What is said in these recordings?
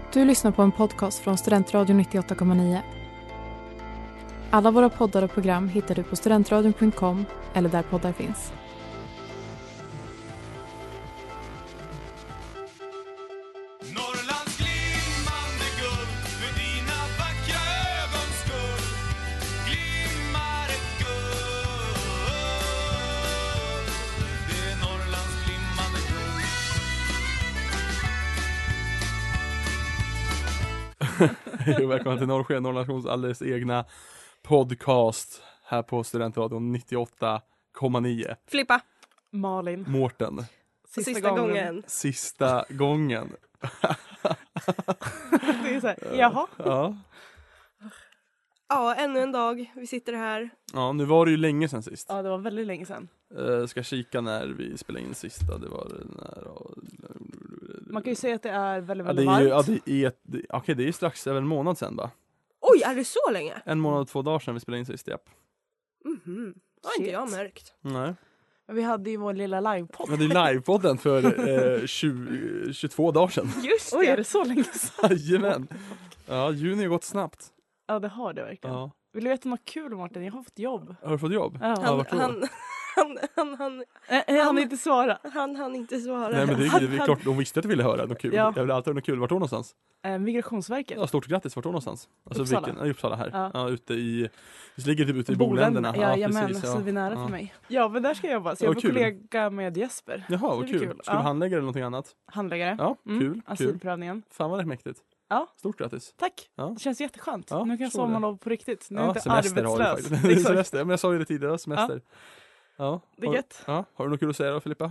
Du lyssnar på en podcast från Studentradion 98,9. Alla våra poddar och program hittar du på studentradion.com eller där poddar finns. Norrlands glimmande guld, för dina vackra ögons skull glimmar ett guld. Det är Norrlands glimmande guld. Hej och välkomna till Norrsken, Norrlands alldeles egna podcast här på Studentradion 98,9. Filippa. Malin. Mårten. Sista gången. Sista gången. Det är så här, jaha. Ja. Ja, ännu en dag. Vi sitter här. Ja, nu var det ju länge sedan sist. Ja, det var väldigt länge sedan. Ska kika när vi spelade in sista. Det var när... Man kan ju säga att det är väldigt, Ja, väldigt det är ju, varmt. okej, det är ju strax över en månad sedan va? Oj, är det så länge? En månad och 2 dagar sedan vi spelade in sist, japp. Mhm. Det har Shit. inte jag märkt. Nej. Men vi hade ju vår lilla livepodd. Vi hade ju livepodden för 22 dagar sedan. Just Oj, är det så länge sedan? Jajamän. Ja, juni har gått snabbt. Ja, det har det verkligen. Ja. Vill du veta något kul, Martin? Jag har fått jobb. Har du fått jobb? Ja. vart då? Han inte svara. Han inte svara. Nej, men det är klart, de visste att du ville höra något kul. Ja. Jag vill alltid höra något kul. Vart då någonstans? Migrationsverket. Ja, stort grattis. Vart då någonstans? Alltså, Uppsala. I Uppsala här. Ja. Ja, ute i... Det ligger typ ute i Boländerna. Jajamän, precis, så det är nära ja. för mig. Ja, men där ska jag jobba. Så Ja, jag var kul. kollega med Jesper. Jaha, Det vad blir kul. kul. Ska du Ja. handlägga eller någonting annat? Handläggare. Ja, kul. Asylprövningen. Fan vad det är mäktigt. Ja. Stort grattis. Tack. Ja. Det känns jätteskönt. Ja, Nu kan jag förstår det. sommarlov på riktigt. Nu är Ja, jag inte semester har du arbetslös. faktiskt. Exakt. Semester. Men jag sa ju det tidigare, semester. Ja. Det är Har- gött. Ja. Har du något kul att säga då, Filippa?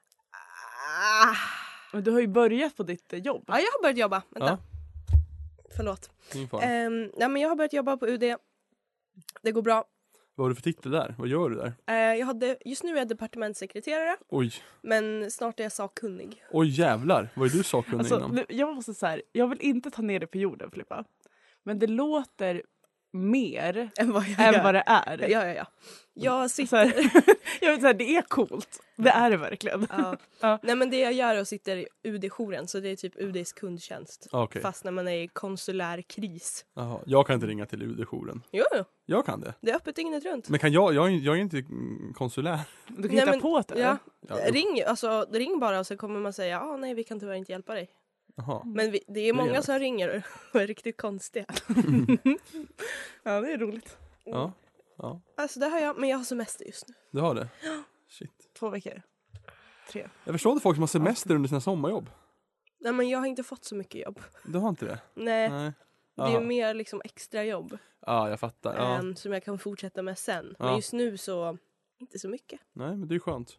Ah. Men du har ju börjat på ditt jobb. Ja, jag har börjat jobba. Vänta. Ja. Förlåt. Ingen fara. Nej, men jag har börjat jobba på UD. Det går bra. Vad har du för titel där? Vad gör du där? Just nu är jag departementssekreterare. Oj. Men snart är jag sakkunnig. Oj jävlar. Vad är du sakkunnig Alltså, inom? nu, jag måste så här, jag vill inte ta ner det på jorden, Filippa. Men det låter mer Än vad jag än gör. vad det är. Ja. Jag Så sitter... här, jag vet, så här, det är coolt. Det är det verkligen. Ja. Ja. Nej, men det jag gör är att sitta i UD-jouren. Så det är typ UDs kundtjänst. Okej. Fast när man är i konsulär kris. Jaha. Jag kan inte ringa till UD-jouren. Jo, Jag kan det. det är öppet dygnet runt. Men kan jag är inte konsulär. Du kan Nej, hitta men- på det. Ja, Ja, ring bara och så kommer man säga nej, vi kan tyvärr inte hjälpa dig. Jaha. Men det är många elakt. som ringer och är riktigt konstiga. Ja, det är roligt. Ja. Ja. Alltså det har jag, men jag har semester just nu. Du har det? Shit. 2 veckor. 3. Jag förstår inte folk som har semester under sina sommarjobb. Nej, men jag har inte fått så mycket jobb. Du har inte det? Nej, Nej. det är Jaha. mer liksom extra jobb Ja, jag fattar. Ja. som jag kan fortsätta med sen. Ja. Men just nu så inte så mycket. Nej, men det är ju skönt.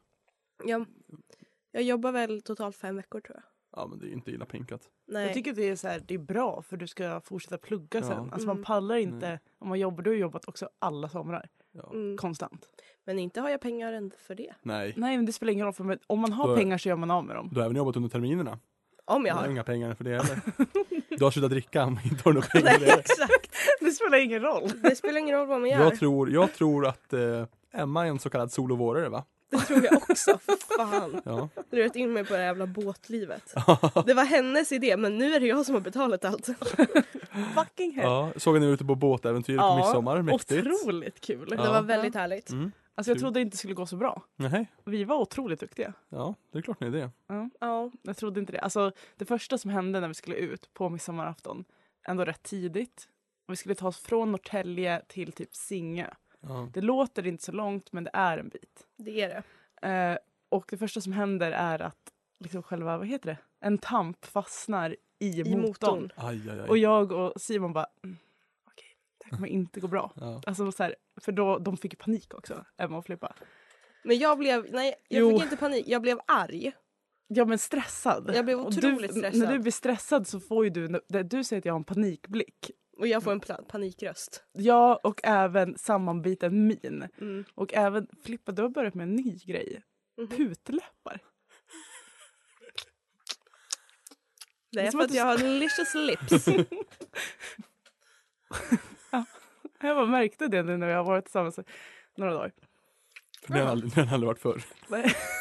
Jag jobbar väl totalt 5 veckor tror jag. Ja, men det är ju inte illa pinkat. Nej. Jag tycker att det är, så här, det är bra för du ska fortsätta plugga Ja. sen. Alltså Mm. man pallar inte, Nej. om man jobbar, du har jobbat också alla somrar. Ja. Mm. Konstant. Men inte har jag pengar än för det. Nej. Nej, men det spelar ingen roll. För om man har Då- pengar så gör man av med dem. Du har även jobbat under terminerna. Om jag Jag har har. inga pengar för det heller. Du har slutat dricka men inte har några pengar. Nej, för det. exakt. Det spelar ingen roll. Det spelar ingen roll vad man gör. Jag tror att Emma är en så kallad solovårare va? Det tror jag också. För fan. Ja. Lurat in mig på det här jävla båtlivet. Det var hennes idé, men nu är det jag som har betalat allt. Fucking hell. Ja. Såg ni ute på båtäventyr på midsommar? Mäktigt. Otroligt kul. Det Ja. var väldigt härligt. Mm. Alltså jag Kul. trodde det inte skulle gå så bra. Nej. Vi var otroligt duktiga. Ja, det är klart ni är det. Ja. Ja. Jag trodde inte det. Alltså det första som hände när vi skulle ut på midsommarafton, ändå rätt tidigt. Och vi skulle ta oss från Norrtälje till typ Singö. Ja. Det låter inte så långt men det är en bit. Det är det. Och det första som händer är att liksom själva, vad heter det? En tamp fastnar i motorn. Aj, aj, aj. Och jag och Simon bara, okej, det här kommer inte gå bra. Ja. Alltså så här, för då, de fick ju panik också, Emma och Filippa. Men jag Jo. fick inte panik. Jag blev arg. Ja men stressad. Jag blev Och otroligt stressad. När du blir stressad så får ju du säger att jag har en panikblick. Och jag får en panikröst. Ja, och även sammanbiten min. Mm. Och även, Filippa, du har börjat med en ny grej. Mhm. Putläppar. Det är som för att att jag har delicious lips. Jag bara märkte det nu när vi har varit tillsammans några dagar. För det har aldrig varit förr.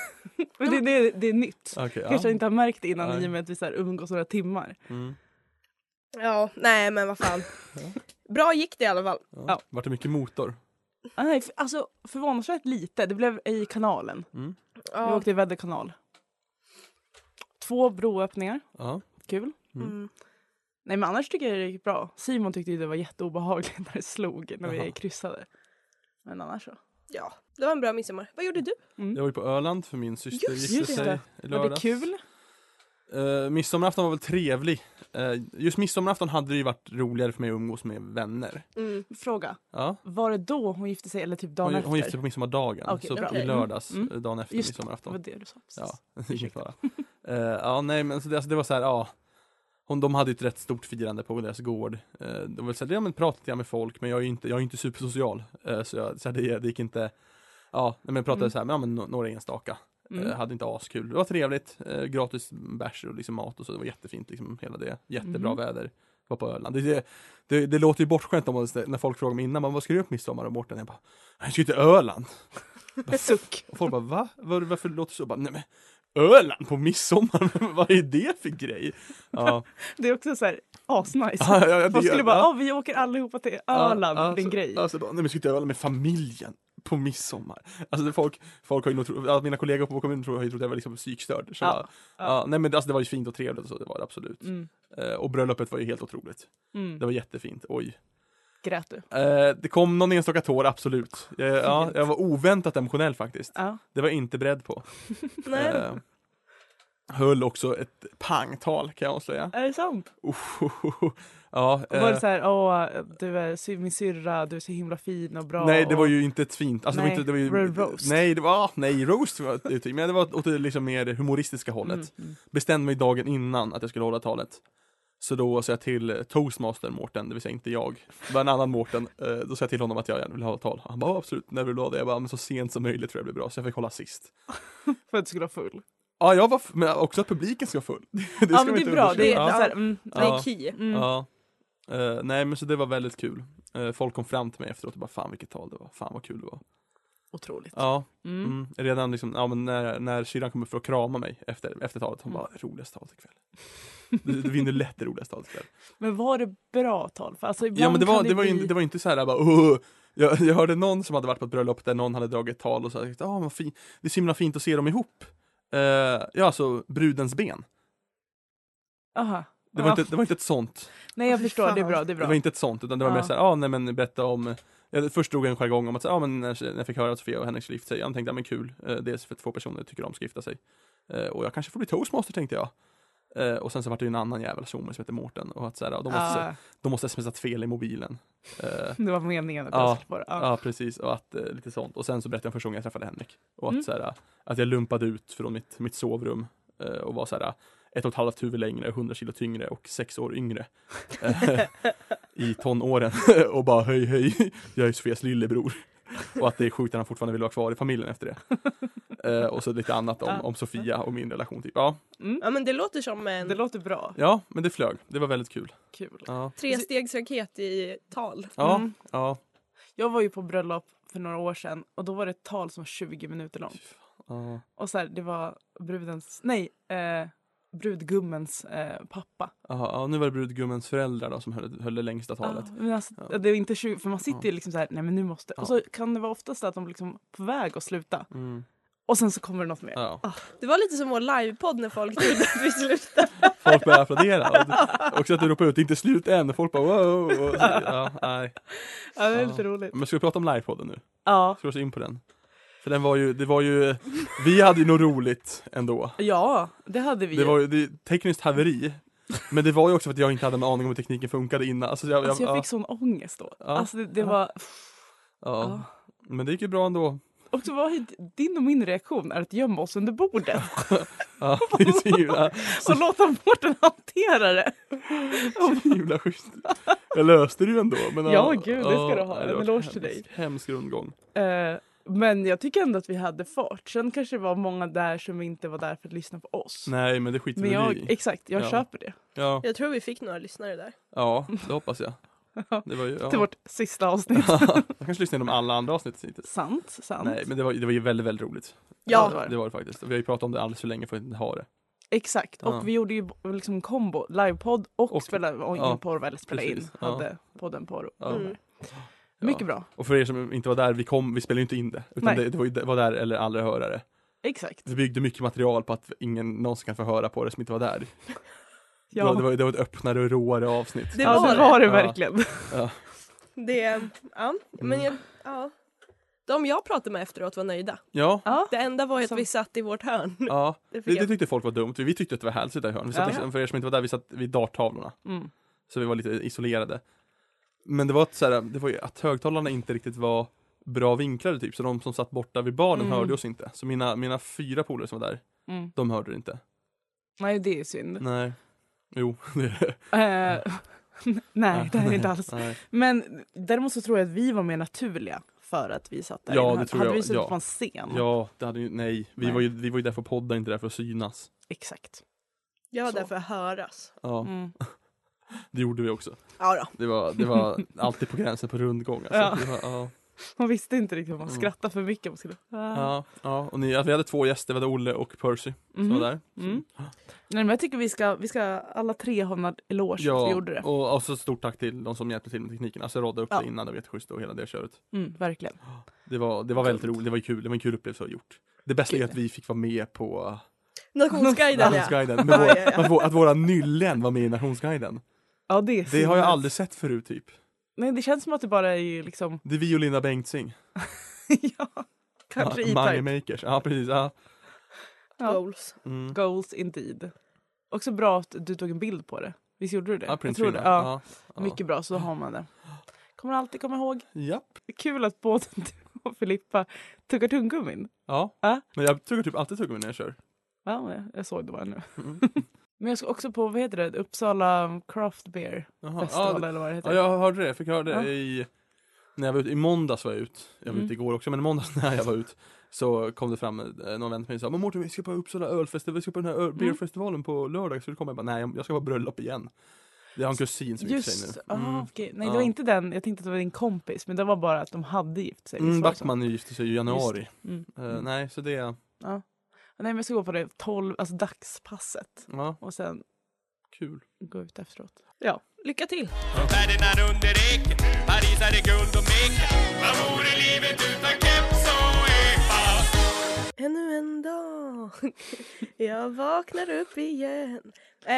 Men det är nytt. Okej, Kanske ja. inte har märkt det innan Nej. i och med att vi så här umgås några timmar. Mm. Ja, nej men vad fan. Bra gick det i alla fall. Ja. Vart det mycket motor? Nej, alltså förvånansvärt lite. Det blev i kanalen. Vi Ja. åkte i väderkanal. 2 broöppningar. Ja. Kul. Mm. Nej, men annars tycker jag det gick bra. Simon tyckte ju det var jätteobehagligt när det slog, när Jaha. vi kryssade. Men annars så. Ja, det var en bra midsommar. Vad gjorde du? Jag var ju på Öland för min syster Just gifte sig det. i Var det lördags. kul? Midsommarafton var väl trevlig. Just midsommarafton hade det ju varit roligare för mig att umgås med vänner. Mm. Fråga. Ja. Var det då hon gifte sig eller typ dagen efter? Hon gifte sig på midsommardagen. Okej, så bra. i lördags, Mm. dagen efter Just det, midsommarafton. var det du sa. Ja, inget fara. Ja, nej men så det var så här, ja. De hade ju ett rätt stort firande på deras gård. De var så här, ja men pratade jag med folk, men jag är inte supersocial. Så det gick inte, ja, men jag pratade så här, men några enstaka. Hade inte askul. Det var trevligt, gratis bärs och liksom mat och så, det var jättefint liksom hela det. Jättebra väder. Var på Öland. Det låter ju bortskämt om när folk frågar mig innan, vad ska du göra på midsommar och borta? Jag bara, jag ska till Öland. Suck. Och folk bara, va? Varför låter det så? Bara, nej men Öland på midsommar, vad är det för grej? Ja. Det är också så här asnice. Ja, Folk skulle bara, vi åker allihopa till Öland, din grej. Alltså, nej men jag ska till Öland med familjen på midsommar. Alltså folk har ju nog trott, mina kollegor på kommunen har ju trott att jag var liksom psykstörd. Så nej men alltså, det var ju fint och trevligt och så, det var det absolut. Och bröllopet var ju helt otroligt. Det var jättefint, oj. Grät du? Det kom någon enstaka tår, absolut. Jag var oväntat emotionell faktiskt. Ja. Det var jag inte beredd på. Nej. Höll också ett pangtal kan jag avslöja. Är det sant? Ja, Var det så här, du är min syrra, du är så himla fin och bra. nej, det var ju inte ett fint. Alltså, Nej, det var ju, roast. Nej, roast var ett uttryck, men det var åt det liksom mer humoristiska hållet. Bestämde mig dagen innan att jag skulle hålla talet. Så då sa jag till toastmaster Mårten, det vill säga inte jag. Det var en annan Mårten. Då sa jag till honom att jag gärna vill ha tal. Han bara, absolut, när vill du ha det? Jag bara, men så sent som möjligt tror jag blir bra. Så jag fick hålla sist. För att du skulle vara full. Ja, jag var men också att publiken ska vara full. Det ska Ja, men man det inte är bra. Det är underskatta. så här, Det är key. Ja. Nej, men så det var väldigt kul. Folk kom fram till mig efteråt och bara, fan vilket tal det var. Fan vad kul det var. Otroligt. Ja. Redan liksom, ja, men när syrran kom upp för att krama mig efter talet, hon bara, roligaste talet ikväll. Du vinner lätt det roligaste talet ikväll. Men var det bra tal? För alltså, Ja, men det var bli... inte så här bara, jag hörde någon som hade varit på ett bröllop där någon hade dragit ett tal och sagt, vad fint, det är så himla fint att se dem ihop. Ja, alltså brudens ben. Aha. Det var inte ett sånt. Nej, jag Fy förstår. fan. Det är bra. Det är Det bra. var inte ett sånt, utan det var mer så här, nej men berätta om. Först drog jag en jargong om att men när jag fick höra att Sofia och Henrik skulle gifta sig, jag tänkte, men kul, dels för 2 personer tycker om att gifta sig. Och jag kanske får bli toastmaster, tänkte jag. Och sen så var det ju en annan jävel som heter Mårten, och att så här, de måste smsat fel i mobilen. Det var meningen att Ja. jag skulle bara... Ja, precis, och att lite sånt. Och sen så berättade jag första gången jag träffade Henrik. Och att så här, att jag lumpade ut från mitt sovrum och var så här 1,5 huvud längre, 100 kilo tyngre och 6 år yngre i tonåren och bara hej, jag är Sofias lillebror. Och att det är sjukt att han fortfarande vill vara kvar i familjen efter det. Och så lite annat om Sofia och min relation typ. Ja, Ja men det låter som en Det låter bra. ja, men det flög. Det var väldigt kul. Kul. Ja, 3-stegsraket i tal. ja, ja. Jag var ju på bröllop för några år sedan och då var det ett tal som var 20 minuter långt. Ja. Och så här, det var brudgummens pappa. Aha, nu var det brudgummens föräldrar då som höll det längsta talet. Men alltså, det är inte 20, för man sitter ju liksom så här, nej men nu måste. Ja. Och så kan det vara oftast att de liksom på väg att sluta. Och sen så kommer det något mer. Ja. Det var lite som vår livepodd när folk trodde att vi slutade. Folk började applådera. Också att du ropar ut, det är inte slut än. Och folk bara wow. Och, ja, nej. Ja, det är lite roligt. Men ska vi prata om livepodden nu? Ja. Ska vi oss in på den? För det var ju, vi hade ju nog roligt ändå. Ja, det hade vi. Det var ju tekniskt haveri. Men det var ju också för att jag inte hade en aning om hur tekniken funkade innan. Alltså jag fick sån ångest då. Ja. Alltså det var... Ja. Men det gick ju bra ändå. Och så var din och min reaktion är att gömma oss under bordet. Ja, det är så himla, Och låta Mårten hantera det. så himla schysst. Jag löste det ju ändå. Men, Ja, gud, det ska du ha. det En var eloge till dig. Hemsk rundgång. Men jag tycker ändå att vi hade fart. Sen kanske det var många där som inte var där för att lyssna på oss. Nej, men det skiter Men vi i. exakt, jag Ja. köper det. Ja, Jag tror vi fick några lyssnare där. ja, det hoppas jag. Det var ju, Till vårt sista avsnitt. Jag kanske lyssnade om alla andra avsnitt hittills. Sant. Nej, men det var ju väldigt, väldigt roligt. Ja. Det var det faktiskt. Vi har ju pratat om det alldeles för länge för att inte ha det. Exakt, och Ja. vi gjorde ju liksom kombo, livepodd och spela in porr, eller spela precis, in, ja. hade podden porr. Ja. Mm. Mycket bra. Och för er som inte var där, vi spelade ju inte in det. Utan Nej. det var där eller aldrig höra det. Exakt. Vi byggde mycket material på att ingen någonsin kan få höra på det som inte var där. Ja, Det var ett öppnare och råare avsnitt. Det ja, var det var det Ja. verkligen. Det, ja, men ja. De jag pratade med efteråt var nöjda. Ja, Ja. Det enda var ju att Som- vi satt i vårt hörn. ja. Det fick Det jag. tyckte folk var dumt. Vi tyckte att det var härligt att sitta i hörn. Vi satt, Ja. för er som inte var där, vi satt vid darttavlorna. Mm. Så vi var lite isolerade. Men det var det var ju att högtalarna inte riktigt var bra vinklade typ. Så de som satt borta vid baren hörde oss inte. Så mina 4 polare som var där, Mm. de hörde det inte. Nej, det är synd. Nej. Jo, det är det. Nej, det är inte alls. Nej. Men däremot så tror jag att vi var mer naturliga för att vi satt där. Ja, i den här. det tror Hade jag, vi suttit ja. på en scen? Ja, det hade ju, nej. Nej. Vi var ju där för att podda, inte där för att synas. Exakt. Jag var Så. där för att höras. Ja, Mm. det gjorde vi också. Ja då. Det var alltid på gränsen på rundgång. Alltså. Ja. Det var, ja. Man visste inte riktigt om man Mm. skrattade för mycket. Man skulle... Ja, och vi hade 2 gäster, vi hade Olle och Percy som Mhm. var där. Mm. Nej, men jag tycker vi ska alla 3 ha en eloge för att vi gjorde det. och så stort tack till de som hjälpte till med tekniken. Alltså rodda upp Ja. det innan, det var jätteschysst och hela det köret. Verkligen. Det var väldigt roligt, det var ju kul, det var en kul upplevelse att ha gjort. Det bästa är Gud. att vi fick vara med på Nationsguiden ja. Nationsguiden. Men Ja, ja, ja. att våra nyllen var med i Nationsguiden. Ja, det är Det har jag sinnes. aldrig sett förut typ. Nej, det känns som att det bara är liksom... Det är vi och Linda Bengtzing. ja, kanske Mange E-Type. Makers. Ja, precis. Ja. Ja. Goals. Mm. Goals indeed. Också bra att du tog en bild på det. Visst gjorde du det? Ja, Jag Prince tror det. Frida. Ja. Ja. Mycket bra, så har man det. Kommer alltid komma ihåg. Japp. Kul att både du och Filippa tuggar tunggummin. Ja. Ja. Men jag tuggar typ alltid tuggummi när jag kör. Ja, jag såg det bara nu. Mm. Men jag ska också på, vad heter det? Uppsala Craft Beer Jaha. Festival Ja, eller vad det heter. ja, jag hörde det. Jag fick höra det Ja. när jag var ute. I måndags var jag ut. Jag var Mm. ute igår också, men i måndags när jag var ut så kom det fram någon vän till mig och sa: men Mårten, vi ska på Uppsala ölfestival, vi ska på den här beerfestivalen på lördag, så du kommer. Jag bara, nej, jag ska på bröllop igen. Jag har en kusin som gifter sig Just, nu. okej. Nej, Ja. det var inte den. Jag tänkte att det var din kompis, men det var bara att de hade gift sig. Visst var det så? Backman gifte sig i januari. Mm. Nej, så det, Ja. Nej, men jag ska gå på det 12, alltså dagspasset. ja, Och sen kul. gå ut efteråt. Ja. Lycka till. Värdena under eken, Paris är det guld och mek. Vad vore livet utan keps och epa? Ännu en dag. Jag vaknar upp igen.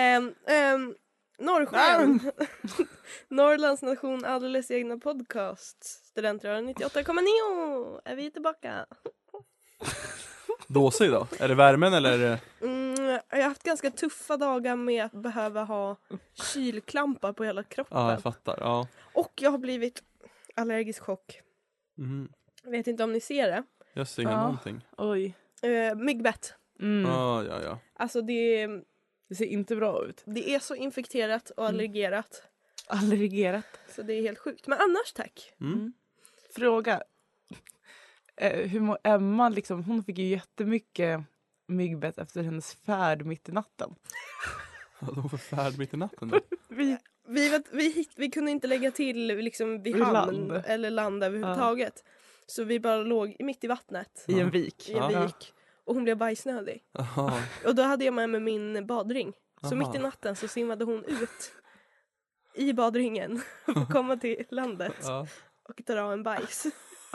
Norrsken. Norrlands nation alldeles egna podcast. Studentrören 98,9 är vi tillbaka. Dåsig då? Är det värmen eller är det... Jag har haft ganska tuffa dagar med att behöva ha kylklampar på hela kroppen. Ja, jag fattar. Ja. Och jag har blivit allergisk chock. Mm. Jag vet inte om ni ser det. Jag ser Ja. någonting. Oj. Myggbett. Ja. Alltså Det ser inte bra ut. det är så infekterat och allergerat. Allergerat. Så det är helt sjukt. Men annars tack. Mm. Fråga. Hur mår Emma liksom? Hon fick ju jättemycket myggbett efter hennes färd mitt i natten. Vad var för färd mitt i natten då? Vi kunde inte lägga till liksom vid Vid hamn land. eller land överhuvudtaget. Så vi bara låg mitt i vattnet. I en vik. I en Ja. vik. Och hon blev bajsnödig. Jaha. Och då hade jag med mig min badring. Så Aha. mitt i natten så simmade hon ut i badringen och komma till landet Ja. och ta av en bajs.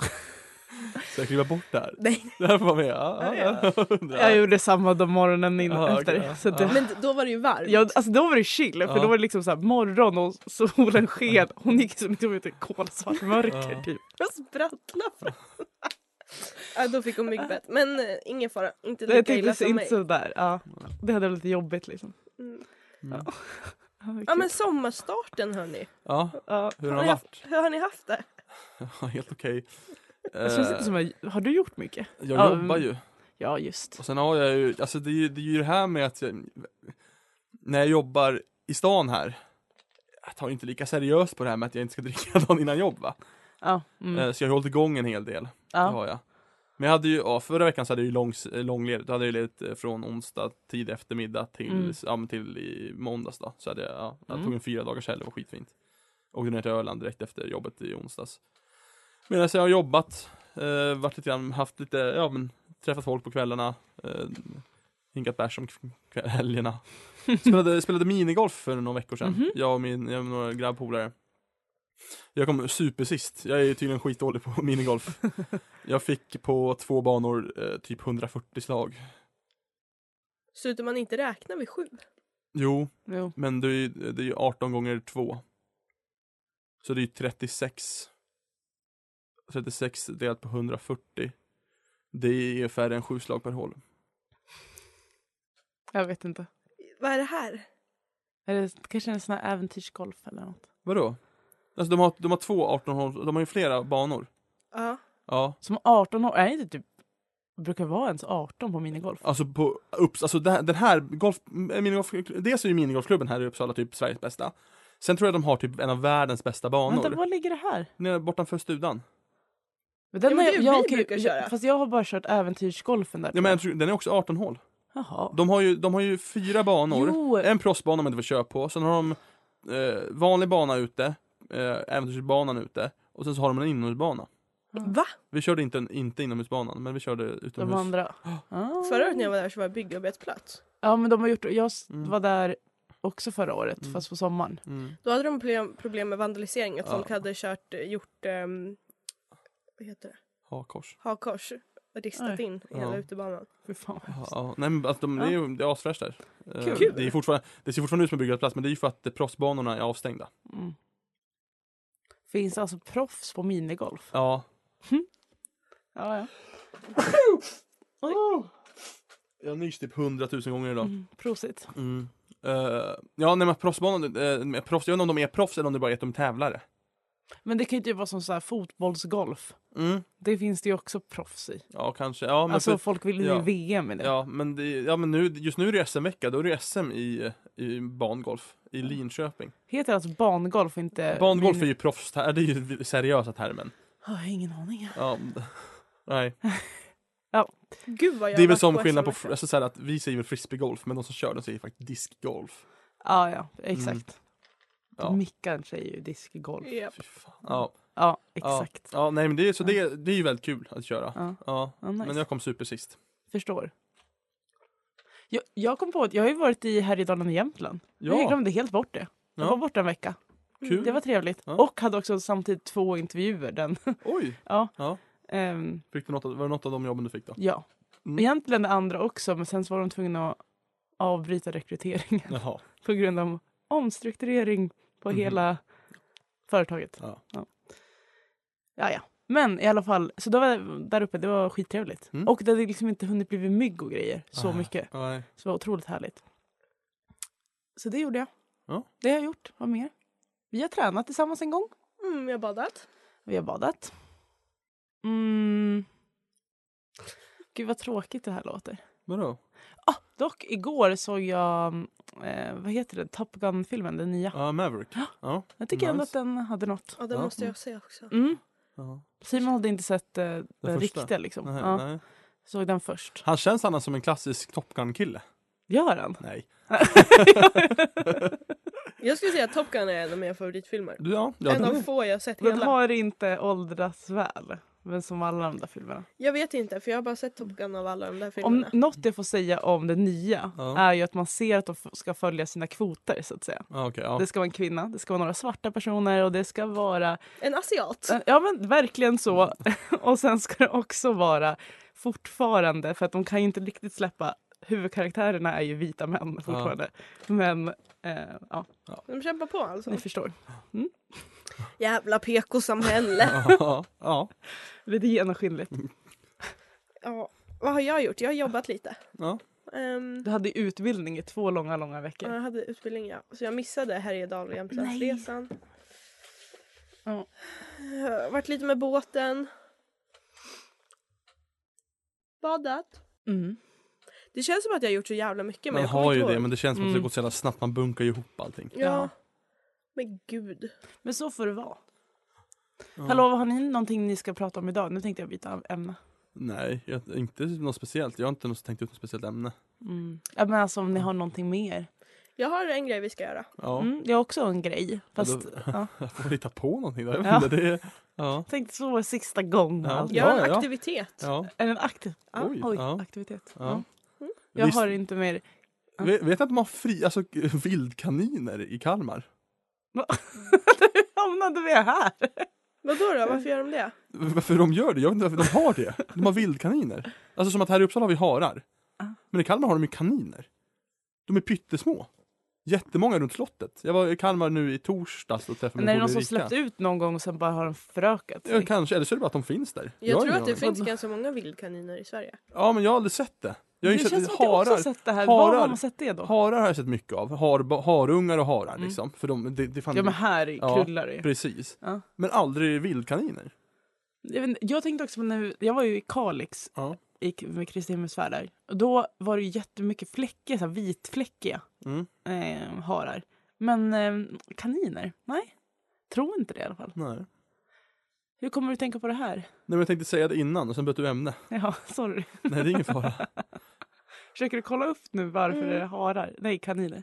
Ska jag kliva bort där? Nej. Det här får vara med. Ja. Jag gjorde samma dag morgonen innan Ja, efter. okej. Så det, Men då var det ju varmt. ja, alltså då var det chill. För Ja. då var det liksom så här morgon och solen sken. Hon gick som liksom ut i kolsvart mörker Ja. typ. Jag sprattlade fram. Ja, då fick hon myggbett. Men ingen fara. Inte Jag lika illa tänkte som inte mig. sådär. Ja. Det hade varit lite jobbigt liksom. Mm. Mm. Ja men sommarstarten hörni. Ja, Ja. hur har det varit? Hur har ni haft det? Ja, helt okej. Det känns inte som har du gjort mycket? Jag Ja, jobbar ju. Ja, just. Och sen har jag ju, alltså det är ju det här med att när jag jobbar i stan här, jag tar inte lika seriöst på det här med att jag inte ska dricka dagen innan jobb, va? Ja. Så jag har hållit igång en hel del, det Ja. har jag. Men jag hade ju, förra veckan så hade jag ju långledigt. Då hade jag ledigt från onsdag tid eftermiddag till, till i måndags då. Så hade jag tog en 4 dagars helg, det var skitfint. Åkte ner till Öland direkt efter jobbet i onsdags. Medan jag har jobbat, varit lite grann, haft lite, träffat folk på kvällarna. hinkat bärs om helgerna. Spelade minigolf för några veckor sedan. Jag och några grabbpolare. Jag kom supersist. Jag är tydligen skitdålig på minigolf. Jag fick på 2 banor typ 140 slag. Slutar man inte räkna vid 7? Jo. Men det är ju 18 gånger 2. Så det är ju 36. 36 delat på 140. Det är ungefär en 7 slag per hål. Jag vet inte. Vad är det här? Är det kanske en sån här äventyrsgolf eller något? Vadå? Alltså de har 2 18 hål. De har ju flera banor. Ja. Ja. Som 18 år, är det inte typ brukar vara ens 18 på minigolf? Alltså den här minigolf, dels är ju minigolfklubben här i Uppsala typ Sveriges bästa. Sen tror jag de har typ en av världens bästa banor. Vänta, var ligger det här? Nere bortanför Studan. Men den Ja, men det är jag, vi brukar köra. fast jag har bara kört äventyrsgolfen där. Ja, men jag tror, den är också 18 hål. Jaha. De har ju 4 banor. Jo. En proffsbana man inte får köra på. Sen har de vanlig bana ute, äventyrsbanan ute. Och sen så har de en inomhusbana. Va? Vi körde inte inomhusbanan, men vi körde utomhus. De andra. Förra året när jag var där så var jag byggarbetsplats. Ja, men de har gjort, jag var där också förra året, fast på sommaren. Då hade de problem med vandalisering. Att folk hade gjort vad heter det? Hakkors. Och ristat in i hela utebanan. Fy fan. Ja, nej, men alltså, det är asfräscht där. Kul. Det ser fortfarande ut som en byggarbetsplats, men det är ju för att proffsbanorna är avstängda. Finns alltså proffs på minigolf? Ja. Ja. Jag har nyss typ 100 000 gånger idag. Prosit. Ja, nej, men proffsbanan, jag vet inte om de är proffs eller om det bara är att de tävlare. Men det kan ju inte vara som så här fotbollsgolf. Det finns det ju också proffs i. Ja, kanske. Ja, men alltså folk vill ju VM i det. Ja, men just nu är det SM-vecka. Då är det SM i bangolf i Linköping. Heter det alltså bangolf och inte... Bangolf är ju proffs. Det är ju seriösa termen. Jag har ingen aning. Ja, nej. Ja. Gud vad jag det är väl som skillnad på alltså, så här, att vi säger väl frisbeegolf, men de som kör den säger faktiskt diskgolf. Ja, exakt. Ja. Mickan säger ju diskgolf. Yep. Fy fan. Ja, exakt. Ja, nej, men det är ju väldigt kul att köra. Ja. Nice. Men jag kom super sist. Förstår. Jag kom på att jag har ju varit i Härjedalen i Jämtland. Jag glömde helt bort det. Jag var borta en vecka. Kul. Det var trevligt. Ja. Och hade också samtidigt 2 intervjuer. Oj. Ja. Fick du var det något av de jobben du fick då? Ja. Egentligen det andra också, men sen så var de tvungna att avbryta rekryteringen. Jaha. På grund av omstrukturering på hela företaget. Ja. Men i alla fall, så då var jag där uppe, det var skittrevligt. Och det hade liksom inte hunnit bli mygg och grejer så mycket. Nej. Så det var otroligt härligt. Så det gjorde jag. Ja. Det har jag gjort. Vad mer? Vi har tränat tillsammans en gång. Jag har badat. Vi har badat. Gud vad tråkigt det här låter. Vadå? Dock igår såg jag vad heter det? Top Gun-filmen, den nya. Ja, Maverick. Ja. Jag tycker ändå att den hade något. Ja, det måste jag säga också. Simon hade inte sett den riktiga liksom. Nej. Såg den först. Han känns annars som en klassisk Top Gun-kille. Gör han? Nej. Jag skulle säga att Top Gun är en av mina favoritfilmer. Ja, En av få jag har sett Den hela. har inte åldrats väl. Men som alla de där filmerna. Jag vet inte, för jag har bara sett Top Gun av alla de där filmerna. Om något jag får säga om det nya är ju att man ser att de ska följa sina kvoter så att säga. Det ska vara en kvinna, det ska vara några svarta personer och det ska vara... En asiat. Ja men verkligen så. Och sen ska det också vara fortfarande, för att de kan ju inte riktigt släppa, huvudkaraktärerna är ju vita män fortfarande. Men De kämpar på alltså. ni förstår. Jävla PK-samhälle. Ja. Lite genomskinligt. Ja, vad har jag gjort? Jag har jobbat lite. Ja. Du hade utbildning i 2 långa veckor. Jag hade utbildning, ja. Så jag missade Härjedal och Jämtlandsresan. Varit lite med båten. Badat. Det känns som att jag har gjort så jävla mycket. Men Man jag kommer har ju inte det, ihåg. men det känns som att det går så jävla snabbt. Man bunkar ju ihop allting. Ja. Men gud. Men så får det vara. Hallå, har ni någonting ni ska prata om idag? Nu tänkte jag byta ämne. Nej, inte något speciellt. Jag har inte tänkt ut något speciellt ämne. Ja, men alltså om ni har någonting mer. Jag har en grej vi ska göra. Ja. Jag har också en grej. Fast, Jag får hitta på någonting där. Ja. Jag tänkte så sista gången. Ja. Jag har en aktivitet. Ja. Är det en aktiv? Oj, Oj, ja. aktivitet. Ja. Jag har inte mer... Vet att de har vildkaniner i Kalmar? Hur hamnade vi här? Vadå då? Varför gör de det? Varför de gör det? Jag vet inte varför de har det. De har vildkaniner. Alltså som att här i Uppsala har vi harar. Men i Kalmar har de ju kaniner. De är pyttesmå. Jättemånga runt slottet. Jag var i Kalmar nu i torsdags och träffade min är det någon som släppt ut någon gång och sen bara har de förökat sig? Ja, kanske. Eller så är det bara att de finns där. Jag tror att det finns ganska många vildkaniner i Sverige. Ja, men jag har aldrig sett det. Det känns som att jag också har sett det här. Var har man sett det då? Harar har jag sett mycket av. Harungar och harar liksom. För det ja, men här krullar det. Precis. Ja. Men aldrig vildkaniner. Jag tänkte också när jag var ju i Kalix med Kristi himmelsfärd där. Och då var det jättemycket fläckar, så här vitfläckiga harar. Men kaniner? Nej. Tror inte det i alla fall. Nej. Hur kommer du tänka på det här? Nej, men jag tänkte säga det innan och sen bytte du ämne. Ja, sorry. Nej, det är ingen fara. Försöker du kolla upp nu varför det är harar? Nej, kaniner.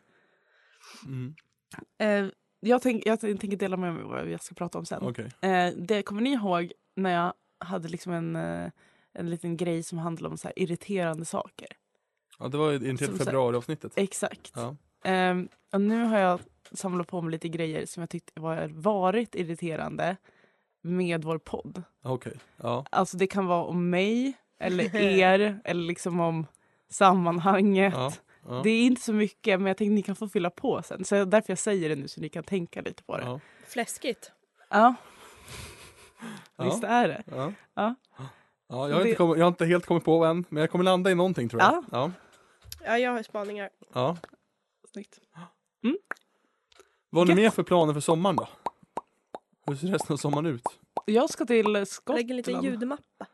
Jag tänker dela med mig vad jag ska prata om sen. Okay. Det kommer ni ihåg när jag hade liksom en liten grej som handlade om så här irriterande saker? Ja, det var ju i februari-avsnittet. Exakt. Ja. Och nu har jag samlat på mig lite grejer som jag tyckte varit irriterande med vår podd. Okej. Ja. Alltså det kan vara om mig eller er eller liksom om sammanhanget. Ja. Ja. Det är inte så mycket, men jag tänkte att ni kan få fylla på sen. Så därför jag säger det nu så ni kan tänka lite på det. Ja. Fläskigt. Ja. Visst är det. Ja. Ja. Ja, jag har inte helt kommit på än, men jag kommer landa i någonting tror jag. Ja, jag har spaningar. Ja. Snyggt. Vad har ni mer för planer för sommaren då? Hur ser resten av sommaren ut? Jag ska till Skottland. Lägg en liten ljudmatta.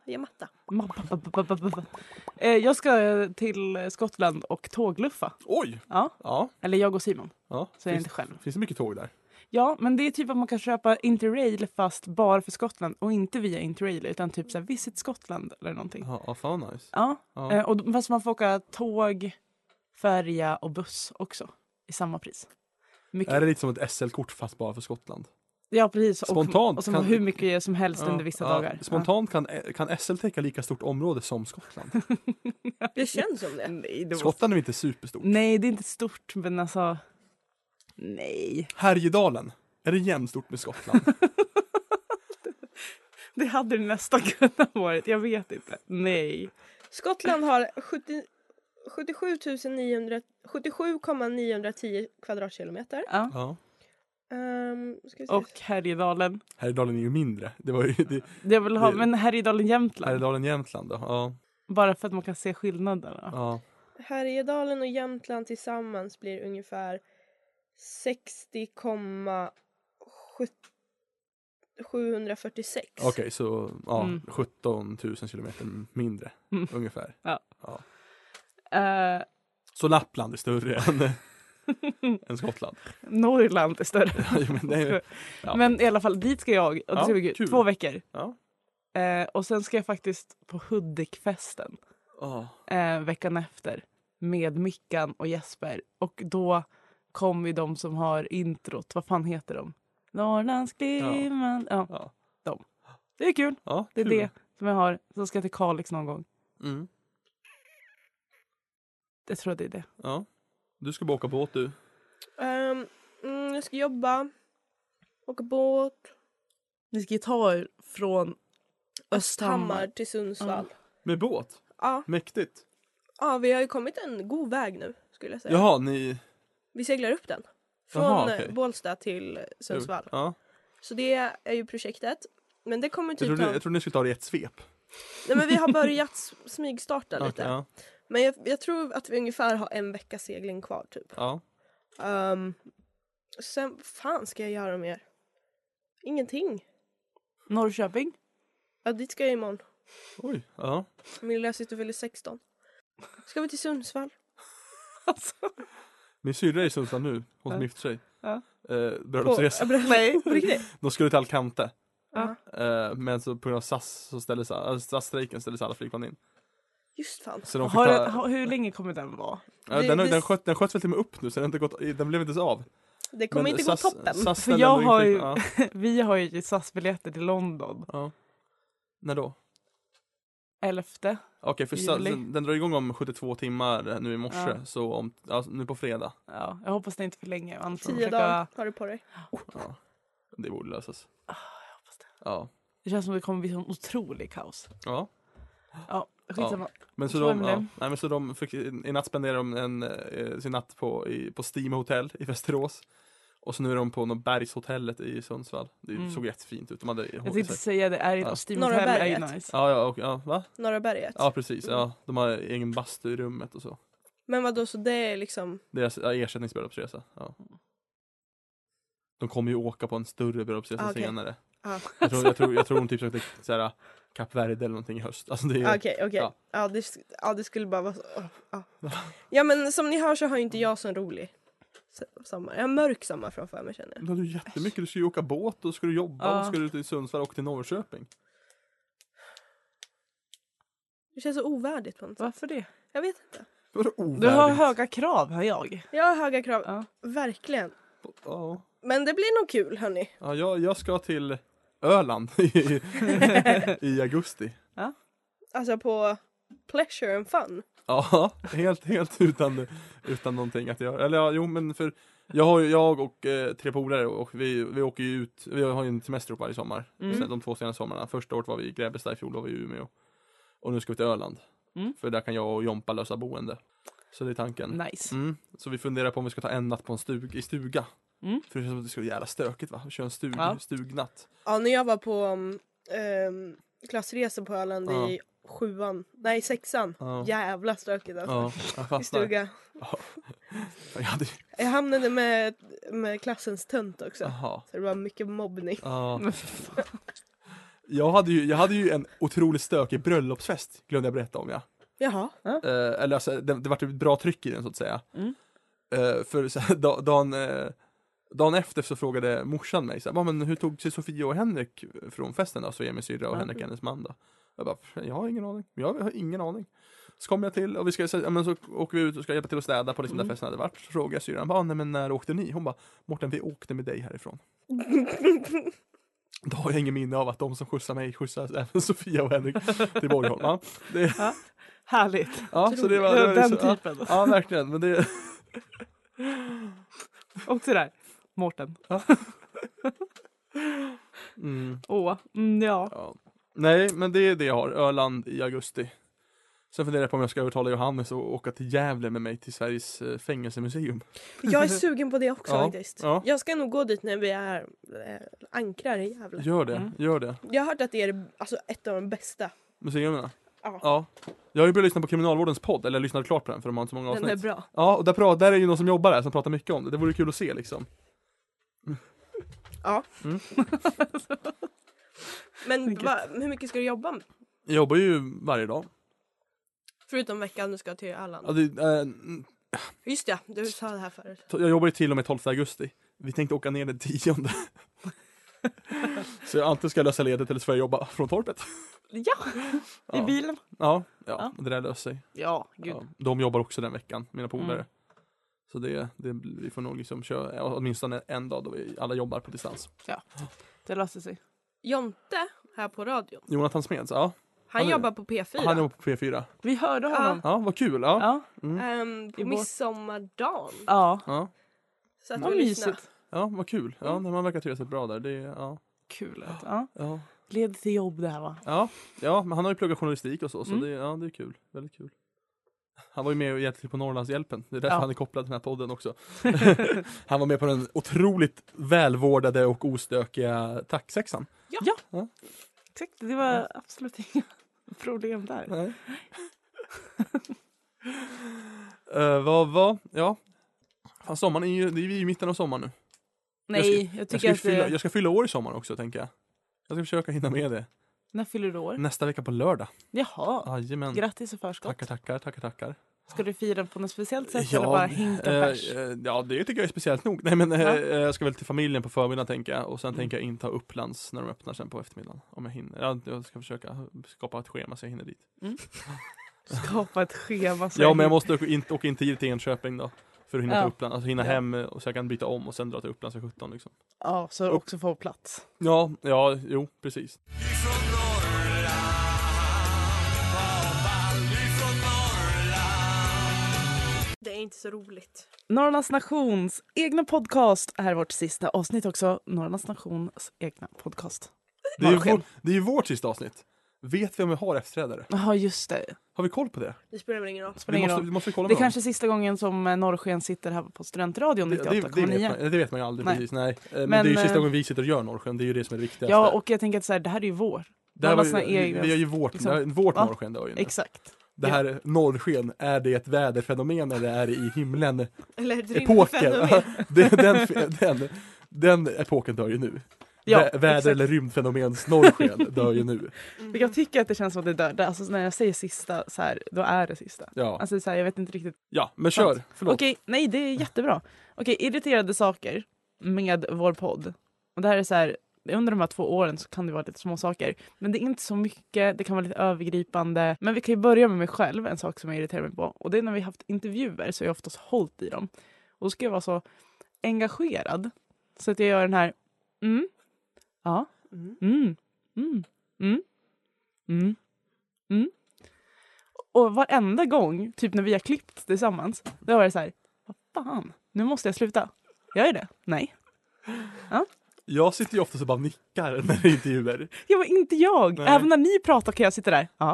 Jag ska till Skottland och tågluffa. Oj! Ja. Eller jag och Simon. Ja. Så jag är inte själv. Finns det mycket tåg där? Ja, men det är typ att man kan köpa Interrail fast bara för Skottland. Och inte via Interrail utan typ så här Visit Skottland eller någonting. Ja, fan nice. Ja, och fast man får åka tåg, färja och buss också. I samma pris. Mycket. Är det lite som ett SL-kort fast bara för Skottland? Ja, precis. Spontant och som hur mycket som helst under vissa dagar. Spontant kan SL täcka lika stort område som Skottland. Det känns som det. Nej, Skottland är inte superstort. Nej, det är inte stort, men alltså... Nej. Härjedalen, är det jämnstort med Skottland? Det hade det nästan kunnat varit, jag vet inte. Nej. Skottland har 77,910 kvadratkilometer. Ja. Och Härjedalen. Härjedalen är ju mindre. Jag vill ha, men Härjedalen Jämtland. Härjedalen Jämtland då, ja. Bara för att man kan se skillnaderna. Ja. Härjedalen och Jämtland tillsammans blir ungefär 60,746. Okej, så 17 000 kilometer mindre ungefär. Ja. Så Lappland är större än Skottland. Norrland är större. Men i alla fall, dit ska jag. Och det ska bli 2 veckor. Ja. Och sen ska jag faktiskt på Hudikfesten. Veckan efter. Med Mickan och Jesper. Och då kommer ju de som har introt. Vad fan heter de? Norrlandsklimman. Ja, de. Det är kul. Ja, det är det som jag har. Så ska jag till Kalix någon gång. Jag tror att det är det. Ja. Du ska bara åka båt du? Jag ska jobba. Åka båt. Ni ska ta er från Östhammar till Sundsvall. Med båt? Ja. Mäktigt. Ja, vi har ju kommit en god väg nu, skulle jag säga. Jaha, ni... Vi seglar upp den. Från Bålsta till Sundsvall. Ja. Så det är ju projektet. Men det kommer typ jag tror ni skulle ta det i ett svep. Nej, men vi har börjat smygstarta lite. Ja. Men jag tror att vi ungefär har en vecka segling kvar typ. Ja. Sen, fan ska jag göra mer? Ingenting. Norrköping? Ja, dit ska jag imorgon. Oj, ja. Min lilla syster fyller 16. Ska vi till Sundsvall? Alltså. Min syrra är i Sundsvall nu. Hon som gifter sig. Ja. Bröllopsresa. Nej, på riktigt. De skulle till Alcante. Ja. Men så på grund av SAS-strejken ställdes alla flygplan in. Just fan. Så de hur länge kommer den vara? Den sköts väl till och med upp nu, så den blev inte så av. Det kommer inte gå toppen. För vi har ju SAS-biljetter till London. Ja. När då? 11. Okej, för den drar igång om 72 timmar nu i morse. Så nu på fredag. Ja, jag hoppas det inte för länge. 10 dagar har du på dig. Ja, det borde lösas. Jag hoppas det. Ja. Det känns som det kommer bli en otrolig kaos. Ja. Ja, skitsamma. Men så de fick i natt spendera sin natt på Steam Hotel i Västerås. Och så nu är de på något bergshotellet i Sundsvall. Det såg jättefint ut. Jag tänkte säga det är Steam Hotel är ju nice. Ja, va? Norra berget. Ja, precis. Ja, de har egen bastu i rummet och så. Men vadå, så det är liksom... Deras ersättningsbröllopsresa. Ja. De kommer ju åka på en större bröllopsresa senare. Jag tror de typ sökte såhär Kap Verde eller någonting i höst. Alltså det är, Okej. Ja, det skulle bara vara så. Ja, men som ni hör så har ju inte jag så en rolig sommar. Jag har mörk sommar framför mig, känner jag. Du har ju jättemycket. Du ska ju åka båt och ska du jobba och ska du ut i Sundsvall och till Norrköping. Det känns så ovärdigt på något sätt. Varför det? Jag vet inte. Du har höga krav, hör jag. Jag har höga krav. Verkligen. Ja. Men det blir nog kul, hörni. Ja, jag ska till Öland i augusti. Ja. Alltså på pleasure and fun. Ja, helt utan någonting att göra. Eller ja, jo, men för jag och 3 polare och vi åker ju ut. Vi har ju en semester varje sommar. De 2 senaste sommarna. Första året var vi i Grebbestad, i fjol var vi i Umeå. Och nu ska vi till Öland. För där kan jag och Jompa lösa boende. Så det är tanken. Nice. Så vi funderar på om vi ska ta en natt på en stuga. För det känns som att det ska vara jävla stökigt, va? Köra en stugnatt. Ja, när jag var på klassresa på Öland i 6:an. Jävla stökigt alltså. I stuga. Jag hamnade med klassens tönt också. Så det var mycket mobbning. Jag hade ju en otroligt stökig bröllopsfest, glömde jag berätta om. Jaha. Eller alltså, det var ett bra tryck i den, så att säga. För så här, dagen efter så frågade morsan mig så här, men hur tog sig Sofia och Henrik från festen då? Så är min syrra och Henrik hennes man då. Jag bara, jag har ingen aning. Jag har ingen aning. Så kom jag till och vi ska, så åker vi ut och ska hjälpa till att städa på liksom där festen hade varit. Så frågade jag syrran, nej men när åkte ni? Hon bara, Mårten, vi åkte med dig härifrån. Då har jag ingen minne av att de som skjutsar mig skjutsar även Sofia och Henrik till Borgholm. Härligt. Ja, så det var den så, typen. Ja, verkligen. Men det... Och sådär, Mårten. Ja. Nej, men det är det jag har. Öland i augusti. Sen funderar jag på om jag ska övertala Johannes och åka till Gävle med mig till Sveriges fängelsemuseum. Jag är sugen på det också faktiskt. Ja. Jag ska nog gå dit när vi är ankrar i Gävle. Gör det. Jag har hört att det är ett av de bästa museerna. Ja. Jag har ju börjat lyssna på Kriminalvårdens podd, eller lyssnat klart på den för de har inte så många avsnitt. Den är bra. Ja, och där är ju någon som jobbar där som pratar mycket om det. Det vore kul att se liksom. Ja. Men hur mycket ska du jobba med? Jag jobbar ju varje dag. Förutom veckan du ska till Öland. Ja, just det, du sa det här förut. Jag jobbar ju till och med 12 augusti. Vi tänkte åka ner den 10. Så jag antingen ska lösa ledigt eller så får jag jobba från torpet. I bilen. Ja, det där löser sig. Ja, gud. Ja, de jobbar också den veckan, mina polare. Så vi får nog liksom köra åtminstone en dag då vi alla jobbar på distans. Ja, det löser sig. Jonte här på radion. Jonathan Smeds, ja. Han jobbar på P4. Han jobbar på P4. Vi hörde honom. Ja, vad kul. Ja. På midsommardagen. Ja. Så att vi lyssnar. Ja, vad kul. Ja, när man verkar trivas bra där. Kul. Ja. Leder till jobb det här, va? Ja, men han har ju pluggat journalistik och så det är kul. Väldigt kul. Han var ju med och hjälpte till på Norrlandshjälpen. Det är därför han är kopplad till den här podden också. Han var med på den otroligt välvårdade och ostökiga tacksexan. Ja. Exakt, det var absolut inga problem där. Nej. Vad? Ja. Fan, sommaren det är ju i mitten av sommaren nu. Nej, jag ska fylla år i sommar också, tänker jag. Jag ska försöka hinna med det. När fyller du år? Nästa vecka på lördag. Jaha. Jajamän. Grattis och förskott. Tackar. Ska du fira på något speciellt sätt eller bara hinka pers? Ja, det tycker jag är speciellt nog. Nej, men jag ska väl till familjen på förmiddagen, tänker jag. Och sen tänker jag inta Upplands när de öppnar sen på eftermiddagen. Om jag hinner. Jag ska försöka skapa ett schema så jag hinner dit. Skapa ett schema så men jag måste åka in till Enköping då. För att hinna till Uppland. Alltså hinna hem och så jag kan byta om och sen dra till Upplands för 17 liksom. Ja, så du också får plats. Ja, precis. är inte så roligt. Norrlands Nations egna podcast är vårt sista avsnitt också. Norrlands Nations egna podcast. Det är ju vårt sista avsnitt. Vet vi om vi har efterträdare? Jaha, just det. Har vi koll på det? Det spelar väl ingen roll. Vi måste kolla det är med kanske sista gången som Norrsken sitter här på Studentradion 98,9. Det vet man ju aldrig, precis. Nej. Men det är ju sista gången vi sitter och gör Norrsken. Det är ju det som är det viktigaste. Ja, och jag tänker att så här, det här är ju vår. Vi har ju vårt Norrsken då ju nu. Exakt. Det här norrsken, är det ett väderfenomen eller är det i himlen? Eller ett epoken. Den epoken dör ju nu. Väder eller rymdfenomens norrsken dör ju nu. Jag tycker att det känns som att det dör. Alltså när jag säger sista så här, då är det sista. Ja. Alltså så här, jag vet inte riktigt. Ja, men kör. Förlåt. Okej, nej det är jättebra. Okej, irriterade saker med vår podd. Och det här är så här, under de här 2 åren så kan det vara lite små saker. Men det är inte så mycket, det kan vara lite övergripande. Men vi kan ju börja med mig själv, en sak som jag irriterar mig på. Och det är när vi har haft intervjuer så jag oftast hållit i dem. Och då ska jag vara så engagerad. Så att jag gör den här, ja, Och varenda gång, typ när vi har klippt tillsammans, då var det så här, vad fan, nu måste jag sluta. Gör jag det? Nej. Ja. Jag sitter ju ofta så bara nickar när det är intervjuer. Ja, men inte jag. Nej. Även när ni pratar kan jag sitta där. Ja.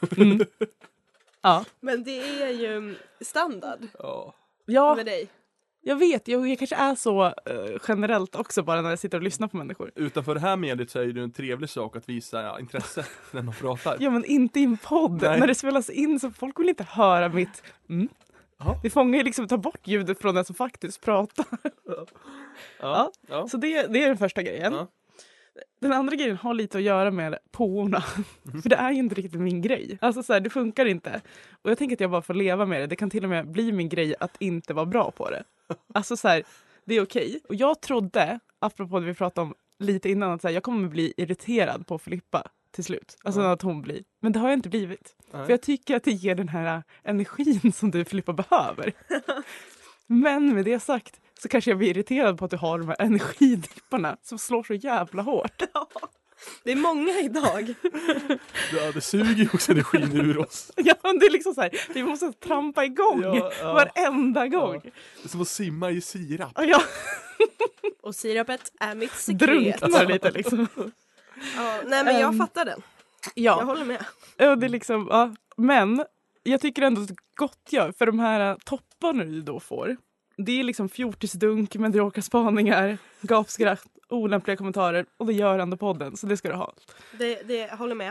Ja. Men det är ju standard med dig. Jag vet, jag kanske är så generellt också bara när jag sitter och lyssnar på människor. Utanför det här mediet så är det en trevlig sak att visa intresse när man pratar. Ja, men inte i en podd. Nej. När det spelas in så folk vill inte höra mitt Det fångar ju liksom ta bort ljudet från den som faktiskt pratar. Ja. Så det är den första grejen. Ja. Den andra grejen har lite att göra med påorna. För det är ju inte riktigt min grej. Alltså så här, det funkar inte. Och jag tänker att jag bara får leva med det. Det kan till och med bli min grej att inte vara bra på det. Alltså så här, det är okej. Och jag trodde, apropå det vi pratade om lite innan, att så här, jag kommer bli irriterad på Filippa till slut. Alltså att hon blir. Men det har jag inte blivit. För jag tycker att det ger den här energin som du, Filippa, behöver. Men med det sagt så kanske jag blir irriterad på att du har de här energidipparna som slår så jävla hårt. Det är många idag. Ja, det suger ju också energin ur oss. Ja, det är liksom så här, vi måste trampa igång varenda gång. Ja. Det är som att simma i sirap. Ja. Och sirapet är mitt sekret. Drunknar lite liksom. Ja, nej, men jag fattar den. Ja. Jag håller med. Ja, det är liksom, ja. Men jag tycker ändå att det är gott för de här topparna du då får. Det är liksom fjortisdunk, mediokra spaningar, gapskratt, olämpliga kommentarer och det gör ändå podden, så det ska du ha. Det håller med.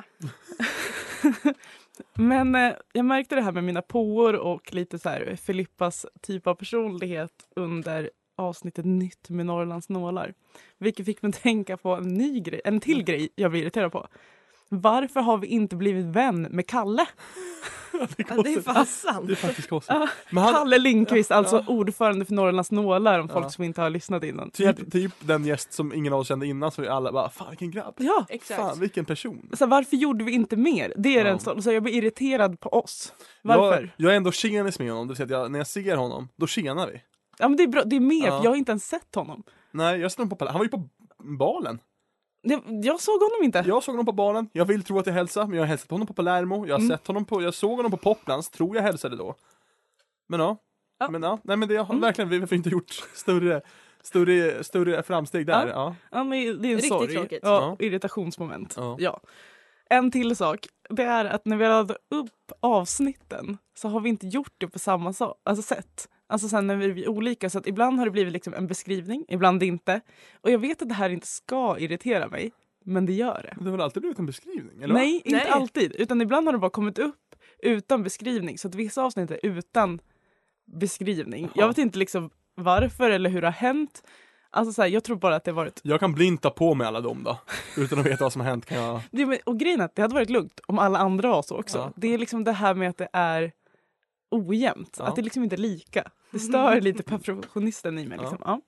Men jag märkte det här med mina påor och lite så här Filippas typ av personlighet under avsnittet Nytt med Norrlands nålar. Vilket fick mig tänka på en till grej jag blir irriterad på. Varför har vi inte blivit vän med Kalle? Det är fassan. Det är faktiskt konstigt. Kalle Lindqvist, alltså ordförande för Norrlands nålar, om folk som inte har lyssnat innan. Typ den gäst som ingen av oss kände innan, så vi alla bara, fan vilken grabb. Ja, exakt. Fan vilken person. Så varför gjorde vi inte mer? Det är den så jag blir irriterad på oss. Varför? Jag är ändå tjenis med honom, det vill säga att när jag ser honom, då tjenar vi. Ja, men det är bra, det är mer, för jag har inte ens sett honom. Nej, jag såg honom han var ju på balen. Jag såg honom inte. Jag såg honom på balen. Jag vill tro att jag hälsade, men jag har hälsat på honom på Palermo. Jag har sett honom jag såg honom på Poplands, tror jag hälsade då. Men nej, men det har verkligen vi har inte gjort större framsteg där. Ja, men det är en sorg. Tråkigt. Ja, irritationsmoment. Ja. En till sak, det är att när vi laddar upp avsnitten så har vi inte gjort det på samma sätt. Alltså sen när vi är olika, så att ibland har det blivit liksom en beskrivning, ibland inte. Och jag vet att det här inte ska irritera mig, men det gör det. Det har väl alltid blivit en beskrivning? Eller Nej, inte alltid. Utan ibland har det bara kommit upp utan beskrivning. Så att vissa avsnitt är utan beskrivning. Jaha. Jag vet inte liksom varför eller hur det har hänt. Alltså så här, jag tror bara att det har varit... Jag kan blinta på med alla dem då. Utan att veta vad som har hänt kan jag... Och grejen är att det hade varit lugnt om alla andra var så också. Ja. Det är liksom det här med att det är ojämnt. Att det liksom inte är lika. Det stör lite perfektionisten i mig. Liksom. Ja.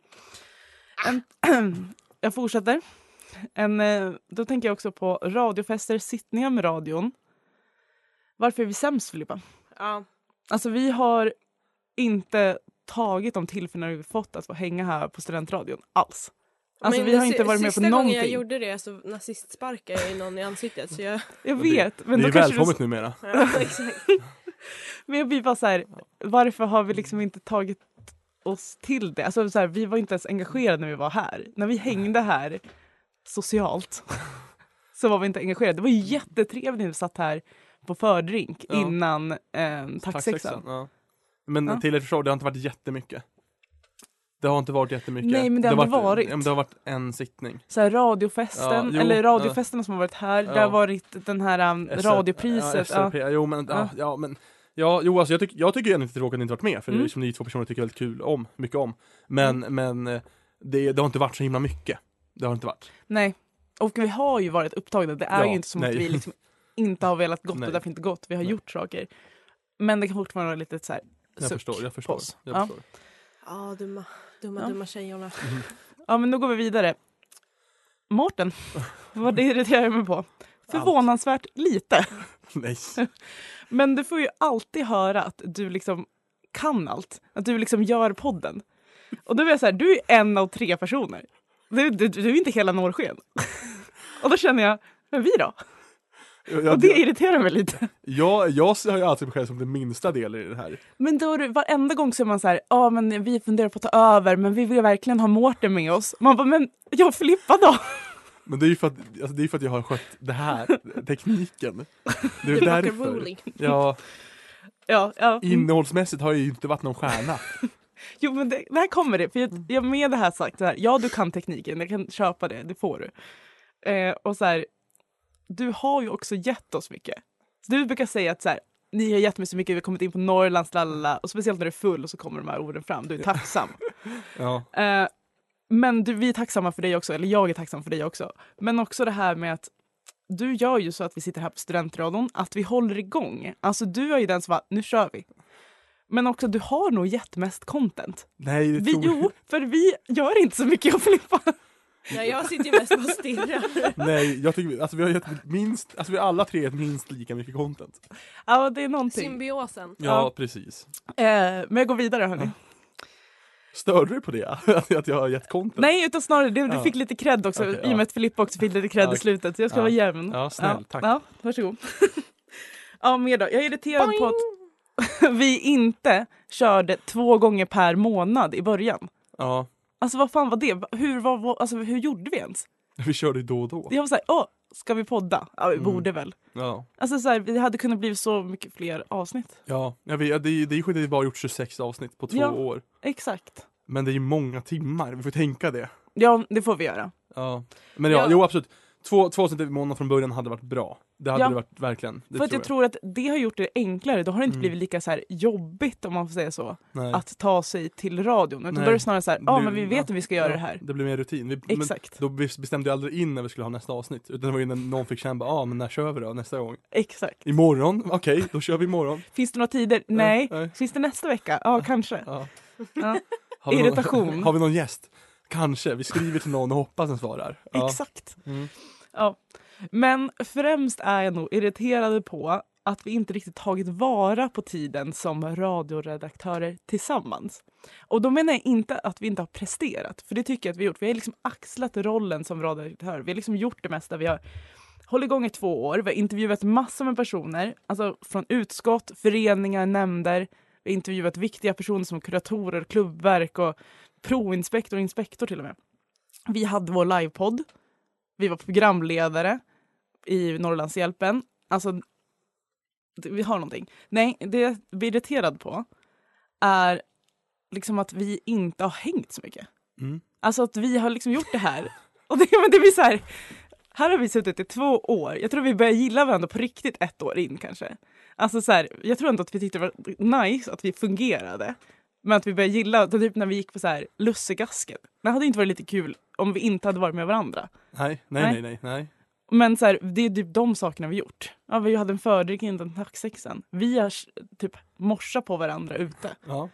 Jag fortsätter. Då tänker jag också på radiofester, sittningar med radion. Varför är vi sämst, Filippa? Ja. Alltså vi har inte tagit de tillfällen vi fått att få hänga här på studentradion alls. Alltså vi har inte varit med på någonting. Sista gången jag gjorde det så nazistsparkade jag någon i ansiktet. Så jag vet. Men det är då välkommet numera. Ja, exakt. Men jag blir bara så här, varför har vi liksom inte tagit oss till det? Alltså så här, vi var inte ens engagerade när vi var här. När vi hängde här socialt så var vi inte engagerade. Det var ju jättetrevligt när vi satt här på fördrink innan taxsexan. Ja. Men till ett försvar, det har inte varit jättemycket. Det har inte varit jättemycket. Nej, men det har varit. Det har varit en sittning. Så här, radiofesten, eller radiofesterna som har varit här. Det har varit den här radiopriset. Alltså jag tycker egentligen inte tråkigt att inte varit med. För det är liksom ni två personer tycker väldigt mycket om. Men det har inte varit så himla mycket. Det har inte varit. Nej, och vi har ju varit upptagna. Det är ju inte som att vi liksom inte har velat gått och därför inte gått. Vi har gjort saker. Men det kan fortfarande vara lite så här. Jag förstår. Ja, dumma tjejerna. Ja, men nu går vi vidare. Mårten, vad det irriterar jag mig på. Förvånansvärt lite. Nej. Men du får ju alltid höra att du liksom kan allt. Att du liksom gör podden. Och då är jag så här, du är en av 3 personer. Du är inte hela Norrsken. Och då känner jag, men vi då? Och det irriterar mig lite. Jag har ju alltid själv som den minsta delen i det här. Men då varenda gång så är man så här, men vi funderar på att ta över, men vi vill verkligen ha Mårten med oss. Man bara, men jag flippar då. Men det är ju för att jag har skött det här, tekniken. Det är därför. Ja. Innehållsmässigt har jag ju inte varit någon stjärna. Jo, men det här kommer det. För jag med det här sagt så här, ja, du kan tekniken, jag kan köpa det får du. Och så här, du har ju också gett oss mycket. Så du brukar säga att så här, ni har gett mig så mycket, vi har kommit in på Norrlands, lalala, och speciellt när du är full och så kommer de här orden fram. Du är tacksam. Ja. Men vi är tacksamma för dig också, eller jag är tacksam för dig också. Men också det här med att du gör ju så att vi sitter här på Studentradion, att vi håller igång. Alltså du är ju den som bara, nu kör vi. Men också, du har nog gett mest content. Nej, det tror jag. Jo, för vi gör inte så mycket att flippa. Ja, jag sitter ju mest och stirrar. Nej, jag tycker vi har gett minst, alltså vi alla 3 gett minst lika mycket content. Ja, det är någonting. Symbiosen. Ja, precis. Men jag går vidare, hörni. Störde du på det? Att jag har gett content? Nej, utan snarare, du fick lite cred också. I och med att Filippa också fick lite cred i slutet. Så jag ska vara jämn. Ja, snäll, tack. Ja, varsågod. Mer då. Jag är irriterad på att vi inte körde 2 gånger per månad i början. Ja. Alltså vad fan var det? Hur gjorde vi ens? Vi körde då och då. Jag var såhär, ska vi podda? Ja, vi borde väl. Ja. Alltså såhär, vi hade kunnat bli så mycket fler avsnitt. Ja, det är ju sjukt att vi bara gjort 26 avsnitt på 2 år. Exakt. Men det är ju många timmar, vi får tänka det. Ja, det får vi göra. Ja, men jo absolut. 2 avsnitt i månaden från början hade varit bra. Det hade det varit verkligen. För att jag tror att det har gjort det enklare. Då har det inte blivit lika så här jobbigt, om man får säga så. Nej. Att ta sig till radion. Utan då är det snarare så här, men vi vet att vi ska göra det här. Det blir mer rutin. Exakt. Då bestämde jag aldrig in när vi skulle ha nästa avsnitt. Utan det var ju när någon fick känna, men när kör vi då nästa gång? Exakt. Imorgon? Okej, då kör vi imorgon. Finns det några tider? Nej. Finns det nästa vecka? Ja, kanske. Ja. Irritation. Har vi någon gäst? Kanske. Vi skriver till någon och hoppas den svarar. Ja. Exakt. Ja. Men främst är jag nog irriterad på att vi inte riktigt tagit vara på tiden som radioredaktörer tillsammans. Och då menar jag inte att vi inte har presterat. För det tycker jag att vi har gjort. Vi har liksom axlat rollen som radioredaktör. Vi har liksom gjort det mesta. Vi har hållit igång i 2 år. Vi har intervjuat massor med personer. Alltså från utskott, föreningar, nämnder. Vi har intervjuat viktiga personer som kuratorer, klubbverk och proinspektor och inspektor till och med. Vi hade vår livepodd. Vi var programledare i Norrlandshjälpen. Alltså, vi har någonting. Nej, det jag blir irriterad på är liksom att vi inte har hängt så mycket. Alltså att vi har liksom gjort det här. Och det blir så här har vi suttit i 2 år. Jag tror vi börjar gilla varandra på riktigt 1 år in kanske. Alltså så här, jag tror inte att vi tyckte det var nice att vi fungerade. Men att vi började gilla, typ när vi gick på så här lussegasken. Det hade inte varit lite kul om vi inte hade varit med varandra. Nej. Men så här, det är typ de sakerna vi gjort. Ja, vi hade en fördrink innan taxsexan. Vi har typ morsat på varandra ute. Ja.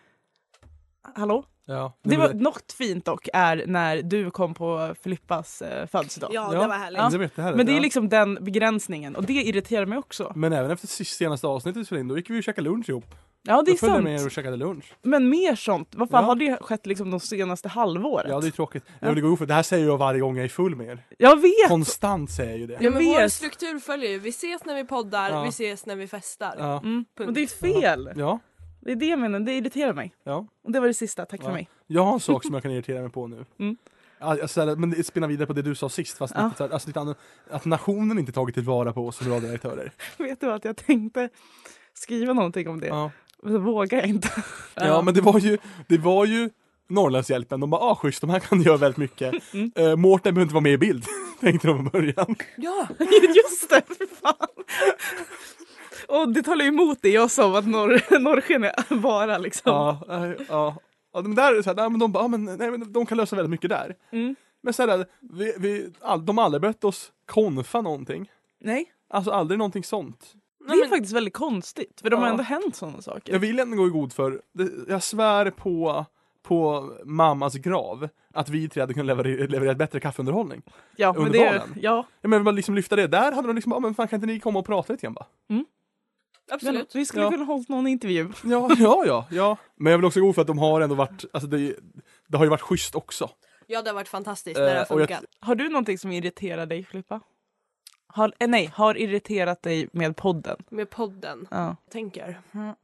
Hallå? Ja. Det var något fint dock är när du kom på Filippas födelsedag. Ja, det var härligt. Ja. Det var men det är liksom den begränsningen. Och det irriterar mig också. Men även efter senaste avsnittet då gick vi och käkade lunch ihop. Ja, det är följde sant. med er och käkade lunch. Men mer sånt. Vad fan har det skett liksom de senaste halvåret? Ja, det är tråkigt. Jag vill gå för det här säger jag varje gång jag är full med er. Jag vet! Konstant säger jag ju det. Ja, men vår struktur följer ju. Vi ses när vi poddar, vi ses när vi festar. Ja. Och det är fel. Ja. Det är det jag menar, det irriterar mig. Ja. Och det var det sista, tack för mig. Jag har en sak som jag kan irritera mig på nu. Alltså, men det spinner vidare på det du sa sist, fast lite att nationen inte tagit tillvara på oss som radioredaktörer. Vet du att jag tänkte skriva någonting om det? Ja. Men så vågar jag inte. Ja, men det var ju Norrlandshjälpen. De bara, schysst, de här kan göra väldigt mycket. Mårten behöver inte vara med i bild, tänkte de i början. Ja, just det, för fan. Och det talar ju emot det jag sa att norrsken är bara liksom. Ja, men där är så här, men de bara, men de kan lösa väldigt mycket där. Men så här, de har aldrig bett oss konfa någonting. Nej. Alltså aldrig någonting sånt. Det är faktiskt väldigt konstigt, för de har ändå hänt sådana saker. Jag vill ändå gå i god för, jag svär på mammas grav att vi tre hade kunnat leverera ett bättre kaffeunderhållning. Ja, men det, ja. Men jag vill liksom lyfta det. Där hade de liksom, men fan kan inte ni komma och prata lite igen bara? Absolut. Vi skulle kunna hålla någon intervju. Ja. Men jag vill också gå för att de har ändå varit, alltså det har ju varit schysst också. Ja, det har varit fantastiskt när det har funkat. Har du någonting som irriterar dig, Filippa? Har irriterat dig med podden? Med podden? Ja. Tänker.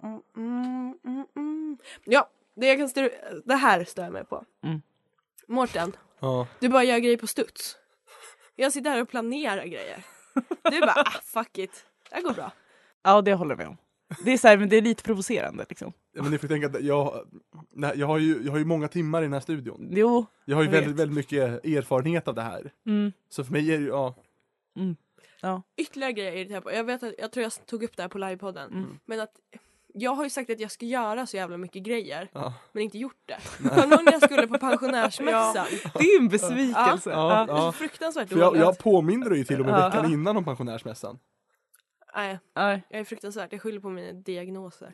Ja, det här stör jag mig på. Mårten, du bara gör grejer på studs. Jag sitter här och planerar grejer. Du bara, fuck it. Det här går bra. Ja, det håller jag med om. Det är så här, men det är lite provocerande liksom. Ja, men ni får tänka att jag har ju många timmar i den här studion. Jo. Jag har ju väldigt mycket erfarenhet av det här. Så för mig är det ju, ja. Ytterligare grejer jag irriterar på. Jag tror jag tog upp det här på livepodden. Men att jag har ju sagt att jag ska göra så jävla mycket grejer. Men inte gjort det. För någon jag skulle på pensionärsmässan. Det är en besvikelse. Ja. Fruktansvärt dåligt. Jag påminner ju till och med veckan innan om pensionärsmässan. Nej, jag är fruktansvärt. Jag skyller på mina diagnoser.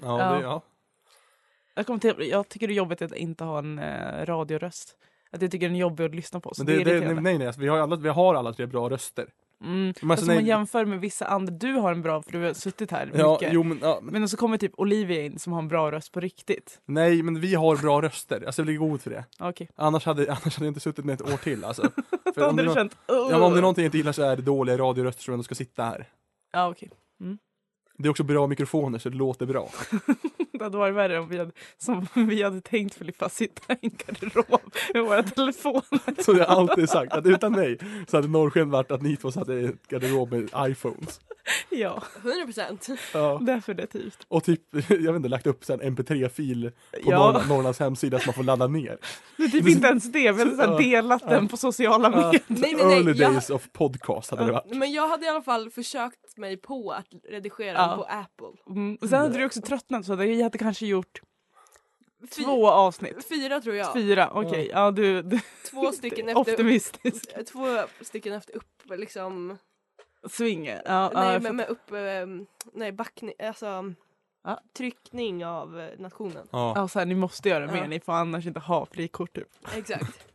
Jag tycker det är jobbigt att inte ha en radioröst. Att jag tycker den är jobbig att lyssna på. Så men nej, alltså, vi har alla tre bra röster. Alltså man jämför med vissa andra. Du har en bra, för du har suttit här mycket. Men så kommer typ Olivia in som har en bra röst på riktigt. Nej, men vi har bra röster. Alltså jag blir god för det. Okay. Annars hade jag inte suttit med ett år till. Alltså. För om det är någonting jag inte gillar så är det dåliga radioröster som ändå ska sitta här. Ja, okej. Det är också bra mikrofoner så det låter bra. Det hade varit värre om vi hade tänkt Filippa sitta i en garderob med våra telefoner. Så jag har alltid sagt att utan mig så hade norrsken varit att ni två satt i en garderob med iPhones. Ja. 100%. Ja. Definitivt. Och typ, jag vet inte, lagt upp så en mp3-fil på Norrlands hemsida som man får ladda ner. Det är typ inte ens det, vi hade delat den på sociala medier. Nej, early days of podcast hade det varit. Men jag hade i alla fall försökt mig på att redigera den på Apple. Och sen hade du också tröttnat, så jag hade kanske gjort 2 avsnitt. 4 tror jag. 4, okej. Ja, du 2 stycken efter optimistisk. 2 stycken efter upp liksom svinge. Med upp backning, alltså tryckning av nationen. Ja, så här, ni måste göra mer, ni får annars inte ha frikort typ. Exakt.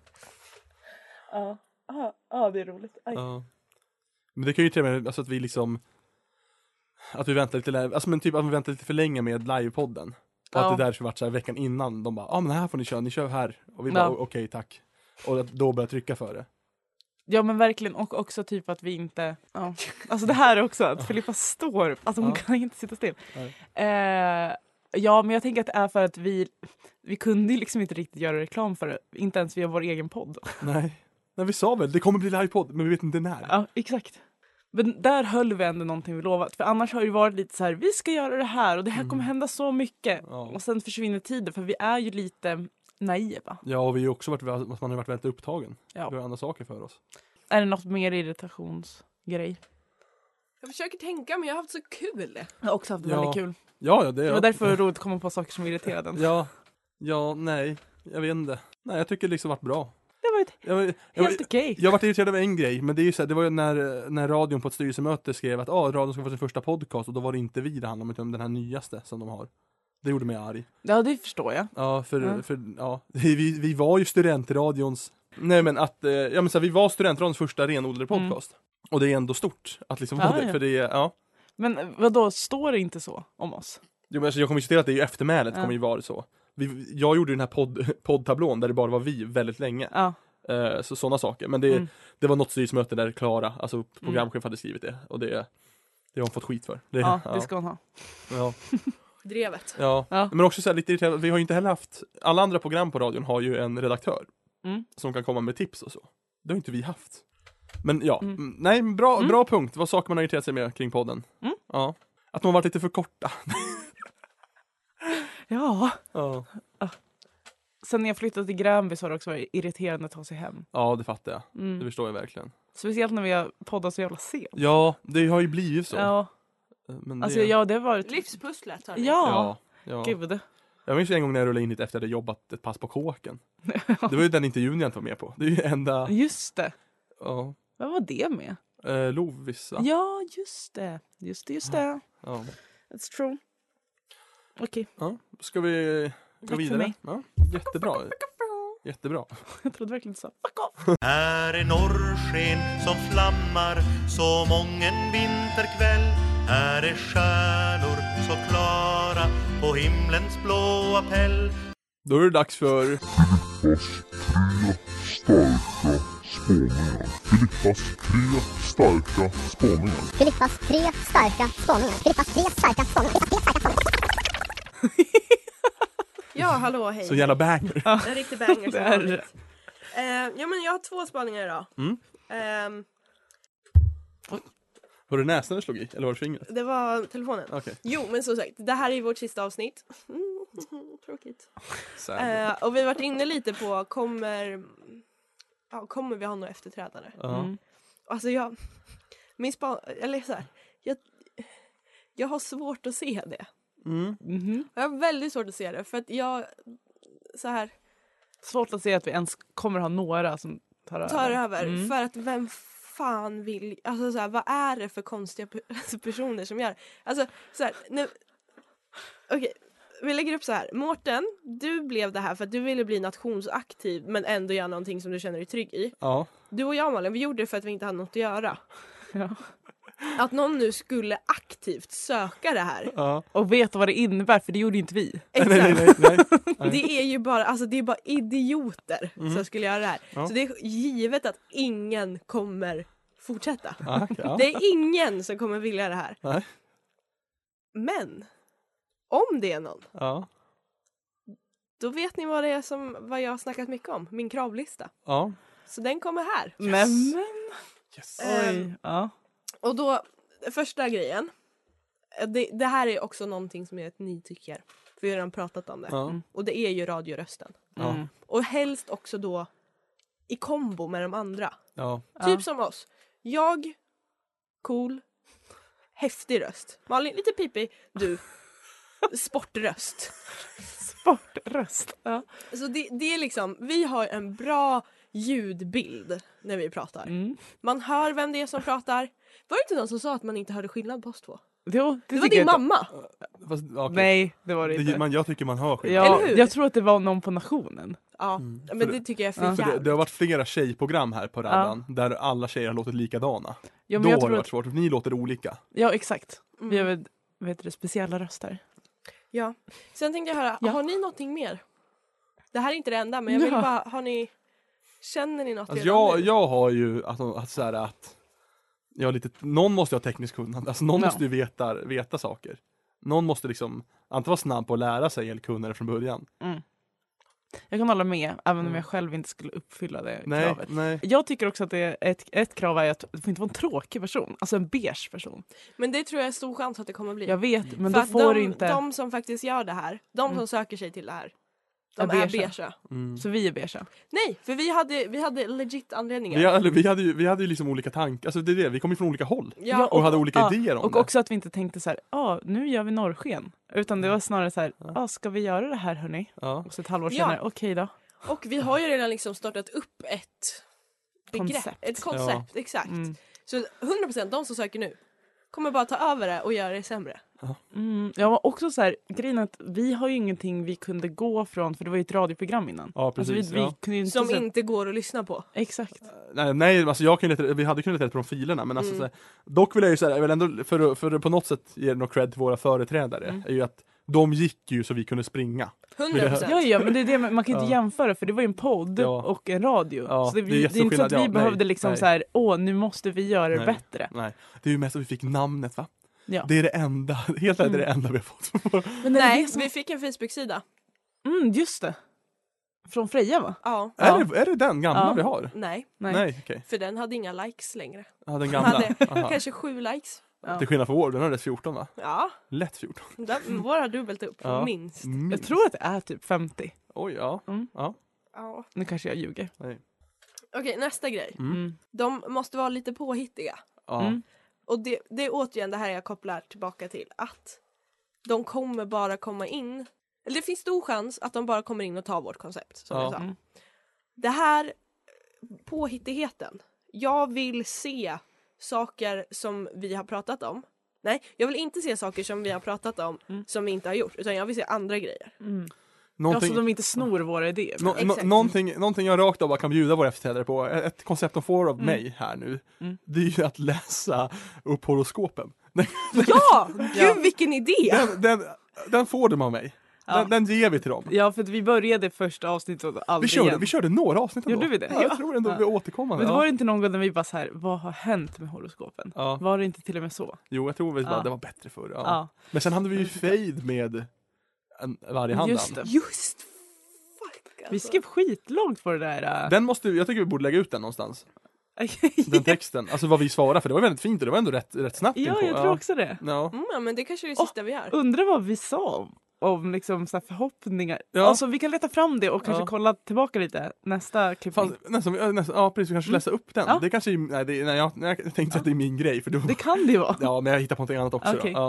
Det är roligt. Men det kan ju till och med, alltså att vi liksom att vi väntar lite, alltså men typ att vi väntar lite för länge med livepodden. Och att det där skulle varit så här veckan innan. De bara, men här får ni kör här. Och vi bara, okej, tack. Och då börjar trycka för det. Ja, men verkligen. Och också typ att vi inte... Ja. Alltså det här är också att Filippa står... Alltså hon kan inte sitta still. Ja, men jag tänker att det är för att vi kunde liksom inte riktigt göra reklam för det. Inte ens via vår egen podd. Nej, vi sa väl, det kommer bli livepodd, men vi vet inte när. Ja, exakt. Men där höll vi ändå någonting vi lovat. För annars har det varit lite så här, vi ska göra det här och det här kommer hända så mycket. Och sen försvinner tiden, för vi är ju lite naiva. Ja, och vi har också man har varit väldigt upptagen. Vi har andra saker för oss. Är det något mer irritationsgrej? Jag försöker tänka, men jag har haft så kul. Jag har också haft väldigt kul. Ja, det var därför roligt att komma på saker som irriterade en. Nej, jag vet inte. Nej, jag tycker det liksom varit bra. Det var helt okej. Jag har varit irriterad över en grej, men det är ju så här, det var ju när radion på ett styrelsemöte skrev att radion ska få sin första podcast, och då var det inte vi det handlade om, utan den här nyaste som de har. Det gjorde mig arg. Ja, det förstår jag. Ja, vi var ju studentradions... Nej, men att... Ja, men så här, vi var studentradions första renodlade podcast. Och det är ändå stort att liksom... För det, Men vadå, står det inte så om oss? Jo, men alltså, jag kommer ju se att det är ju eftermälet kommer ju vara så. Jag gjorde ju den här poddtablån där det bara var vi väldigt länge. Så sådana saker. Men det var något styrelsemöte där Klara, alltså programchef, hade skrivit det. Och det har hon fått skit för. Det ska hon ha. Ja. Drevet. Ja. Men också så här, lite irriterande. Vi har ju inte heller haft, alla andra program på radion har ju en redaktör som kan komma med tips och så. Det har inte vi haft. Men nej, bra punkt. Vad saker man har irriterat sig med kring podden. Ja. Att de har varit lite för korta. Ja. Sen när jag flyttade till Gränby så har det också varit irriterande att ta sig hem. Ja, det fattar jag. Det förstår jag verkligen. Speciellt när vi har poddat så jävla sent. Ja, det har ju blivit så. Ja. Men alltså det har varit... Livspusslet har Ja. Gud. Jag minns en gång när jag rullade in hit efter att jag hade jobbat ett pass på Kåken. Det var ju den intervjun jag inte var med på. Det är ju enda... Just det. Ja. Vad var det med? Lovisa. Ja, just det. Just det. Ja. It's true. Okej. Ja, ska vi gå vidare? Ja, jättebra. Jag trodde verkligen så. Fuck off! Här är norrsken som flammar så mången vinterkväll. Här är stjärnor så klara på himlens blåa päll. Då är det dags för Filippas 3 starka spårningar. Ja, hallå, hej. så jävla banger. En riktig banger som vanligt. Ja, men jag har 2 spaningar idag. Var det näsan du slog i? Eller var det fingret? Det var telefonen. Okay. Jo, men som sagt, det här är vårt sista avsnitt. Tråkigt. Och vi har varit inne lite på, kommer vi ha några efterträdare? Alltså jag har svårt att se det. Jag har väldigt svårt att se det, för att svårt att se att vi ens kommer ha några som tar över. För att vem fan vill, alltså vad är det för konstiga personer som gör, alltså nu, okej, vi lägger upp så här. Mårten, du blev det här för att du ville bli nationsaktiv men ändå göra någonting som du känner dig trygg i. Ja. Du och jag, Malin, vi gjorde det för att vi inte hade något att göra. Ja. Att någon nu skulle aktivt söka det här. Ja. Och veta vad det innebär, för det gjorde inte vi. Exakt. Nej. Det är ju bara, alltså det är bara idioter som skulle göra det här. Ja. Så det är givet att ingen kommer fortsätta. Ja. Det är ingen som kommer vilja det här. Nej. Men om det är någon, då vet ni vad det är vad jag har snackat mycket om. Min kravlista. Ja. Så den kommer här. Yes. Men. Yes. Oj. Ja. Och då, första grejen. Det här är också någonting som ni tycker. För vi har redan pratat om det. Och det är ju radiorösten. Och helst också då i kombo med de andra. Typ som oss. Jag, cool, häftig röst. Malin, lite pipig. Du, sportröst. Sportröst, ja. Så det är liksom, vi har en bra ljudbild när vi pratar. Man hör vem det är som pratar. Var det inte någon som sa att man inte hörde skillnad på oss två? Jo, det var din mamma. Fast, okay. Nej, det var det inte. Jag tycker man hör skillnad. Ja, jag tror att det var någon på nationen. Ja, men det tycker jag är för det har varit flera tjejprogram här på Raddan där alla tjejer har låtit likadana. Ja, då har det varit svårt. Ni låter olika. Ja, exakt. Vi har speciella röster. Ja. Sen tänkte jag höra, har ni någonting mer? Det här är inte det enda, men jag vill bara, känner ni något alltså redan nu? Jag har ju att jag har någon måste ha teknisk kunnande. Alltså någon måste ju veta saker. Någon måste liksom inte vara snabb på att lära sig eller kunna det från början. Jag kan hålla med, även om jag själv inte skulle uppfylla det kravet. Nej. Jag tycker också att det är ett krav är att det får inte vara en tråkig person. Alltså en beige person. Men det tror jag är stor chans att det kommer bli. Jag vet, men för då får du inte... de som faktiskt gör det här, de som söker sig till det här, de är beige. Så vi är beige. Nej, för vi hade legit anledningar. Vi hade ju liksom olika tankar. Alltså det är det, vi kom från olika håll. Ja, och hade olika idéer om och det. Och också att vi inte tänkte så här, nu gör vi norrsken. Utan det var snarare så här, ska vi göra det här, hörni? Och så ett halvår senare, okej då. Och vi har ju redan liksom startat upp ett koncept, exakt. Så 100% de som söker nu kommer bara ta över det och göra det sämre. Jag var också så här, grejen att vi har ju ingenting vi kunde gå från, för det var ju ett radioprogram innan. Ja, precis. Alltså vi kunde inte som inte går att lyssna på. Exakt. Nej, alltså vi hade kunnat rätt på de filerna, men alltså, dock vill jag ju säga, jag vill ändå för på något sätt ge något cred till våra företrädare, är ju att De gick ju så vi kunde springa. 100%. Ja, men det är det, man kan inte jämföra för det var ju en podd och en radio. Så det är inte så att vi behövde liksom så här, nu måste vi göra det bättre. Nej, det är ju mest att vi fick namnet, va? Ja. Det är det enda, helt ärligt, det är det enda vi har fått. Men nej, vi fick en Facebook-sida. Just det. Från Freja, va? Ja. Är det den gamla vi har? Nej, okay. För den hade inga likes längre. Ja, den gamla. Hade kanske 7 likes. Ja. Till skillnad från vår, den har rätt 14, va? Ja. Lätt 14. Vår har dubbelt upp, minst. Jag tror att det är typ 50. Oj, ja. Ja. Nu kanske jag ljuger. Okej, nästa grej. De måste vara lite påhittiga. Och det är återigen det här jag kopplar tillbaka till. Att de kommer bara komma in. Eller det finns stor chans att de bara kommer in och tar vårt koncept. Som jag sa. Det här påhittigheten. Jag vill se saker som vi har pratat om. Nej, jag vill inte se saker som vi har pratat om som vi inte har gjort. Utan jag vill se andra grejer. Alltså de inte snor våra idéer. Någonting jag rakt av bara kan bjuda våra efterträdare på. Ett koncept de får av mig här nu. Det är ju att läsa upp horoskopen. Ja! Gud, vilken idé! Den får de av mig. Den ger vi till dem. Ja, för att vi började första avsnittet och aldrig vi körde några avsnitt ändå. Gjorde vi det? Ja, jag tror ändå vi återkommande. Men det var inte någon gång när vi bara så här, vad har hänt med horoskopen? Var det inte till och med så? Jo, jag tror bara det var bättre förr. Men sen hade vi ju fade med varje hand. Just fuck, alltså. Vi skrev skitlångt på det där. Jag tycker vi borde lägga ut den någonstans. Den texten, alltså vad vi svarar, för det var väldigt fint och det var ändå rätt snabbt. Ja, jag tror också det. Ja, men det kanske är det sista vi gör. Undrar vad vi sa om liksom så här förhoppningar. Alltså vi kan leta fram det och kanske kolla tillbaka lite nästa klippning. Precis, vi kanske läsa upp den. Det kanske jag tänkte att det är min grej för det kan det ju vara. Ja, men jag hittar på något annat också. Okay.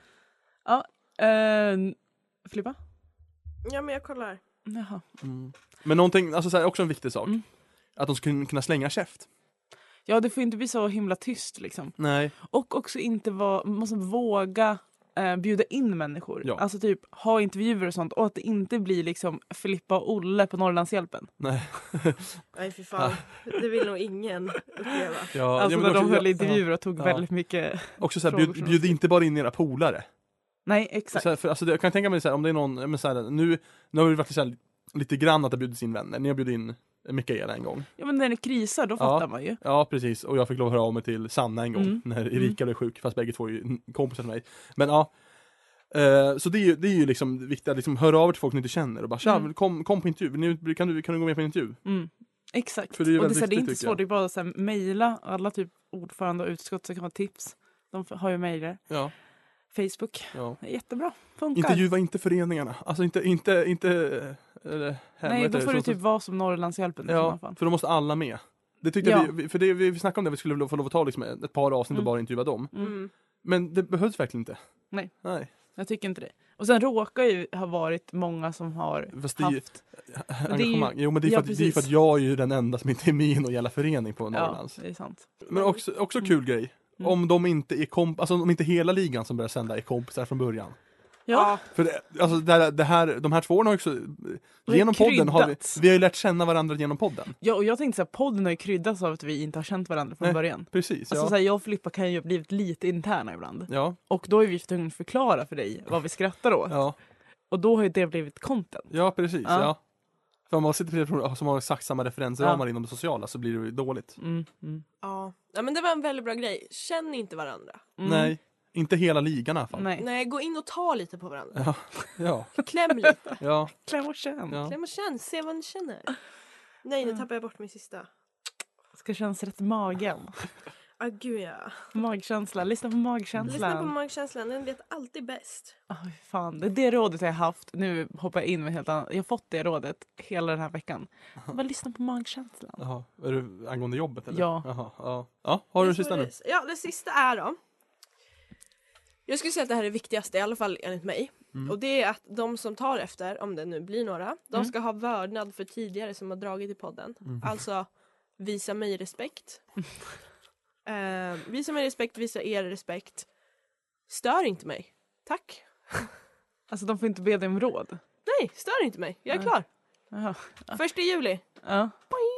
Filippa? Ja, men jag kollar. Jaha. Men någonting, alltså så här, också en viktig sak. Att de skulle kunna slänga käft. Ja, det får inte bli så himla tyst liksom. Nej. Och också inte måste våga bjuda in människor. Ja. Alltså typ ha intervjuer och sånt. Och att det inte blir liksom Filippa och Olle på Norrlandshjälpen. Nej. Nej, fy fan. Det vill nog ingen uppleva. Ja, alltså när de höll intervjuer och tog väldigt mycket. Också så här, bjud inte bara in era polare. Nej, exakt. Så här, för, alltså, jag kan tänka mig så här, om det är någon, men så här, nu har vi varit så här, lite grann att det bjudits in vänner. Ni har bjudit in Mikaela en gång. Ja, men när det krisar, då fattar man ju. Ja, precis. Och jag fick lov att höra av mig till Sanna en gång när Erika blev sjuk, fast bägge två är ju kompisar till mig. Men ja, så det är ju liksom viktigt att liksom höra av till folk ni inte känner och bara, kom på intervju. Kan du gå med på en intervju? Exakt. För det är, och det är inte svårt, det är bara att mejla alla typ ordförande och utskott så kan man tips. De har ju mejler. Ja. Facebook. Ja. Det är jättebra. Funkar. Intervjua inte föreningarna. Alltså inte nej, då får det typ vara som Norrlandshjälpen. Ja, för då måste alla med. Det tyckte jag för vi snackade om det, vi skulle få lov att ta liksom ett par avsnitt och bara intervjua dem. Men det behövs verkligen inte. Nej. Jag tycker inte det. Och sen råkar ju ha varit många som har haft engagemang. Jo, men det är för att jag är ju den enda som inte är med i någon jävla förening på Norrlands. Ja, det är sant. Men också kul grej. Om de inte är alltså om inte hela ligan som börjar sända är kompisar från början. Ja. För de här två har också genom podden vi har ju lärt känna varandra genom podden. Ja, och jag tänkte så här, podden har ju kryddats av att vi inte har känt varandra från början. Precis. Alltså så här, jag och Filippa kan ju ha blivit lite interna ibland. Ja. Och då är vi tvungna att förklara för dig vad vi skrattar åt. Ja. Och då har ju det blivit content. Ja, precis. Ja. För om man sitter som har sagt samma referensramar inom det sociala så blir det dåligt. Ja, men det var en väldigt bra grej. Känn inte varandra. Nej, inte hela ligan i alla fall. Nej, gå in och ta lite på varandra. Ja. Kläm lite. Ja. Kläm och känn. Ja. Kläm och känn, se vad ni känner. Nej, nu tappar jag bort min sista. Ska kännas rätt i magen. Gud ja. Magkänsla, lyssna på magkänslan. Lyssna på magkänslan, den vet alltid bäst. Fan, det rådet jag har haft. Nu hoppar jag in med helt annat. Jag har fått det rådet hela den här veckan. Bara lyssna på magkänslan. Jaha, är du angående jobbet eller? Ja. Jaha, ja. Har du det sista nu? Ja, det sista är då. Jag skulle säga att det här är det viktigaste, i alla fall enligt mig. Och det är att de som tar efter, om det nu blir några, de ska ha vördnad för tidigare som har dragit i podden. Alltså, visa mig respekt. Visa mig respekt, visa er respekt. Stör inte mig. Tack. Alltså de får inte be dig om råd? Nej, stör inte mig. Jag är klar. 1 juli. Ja.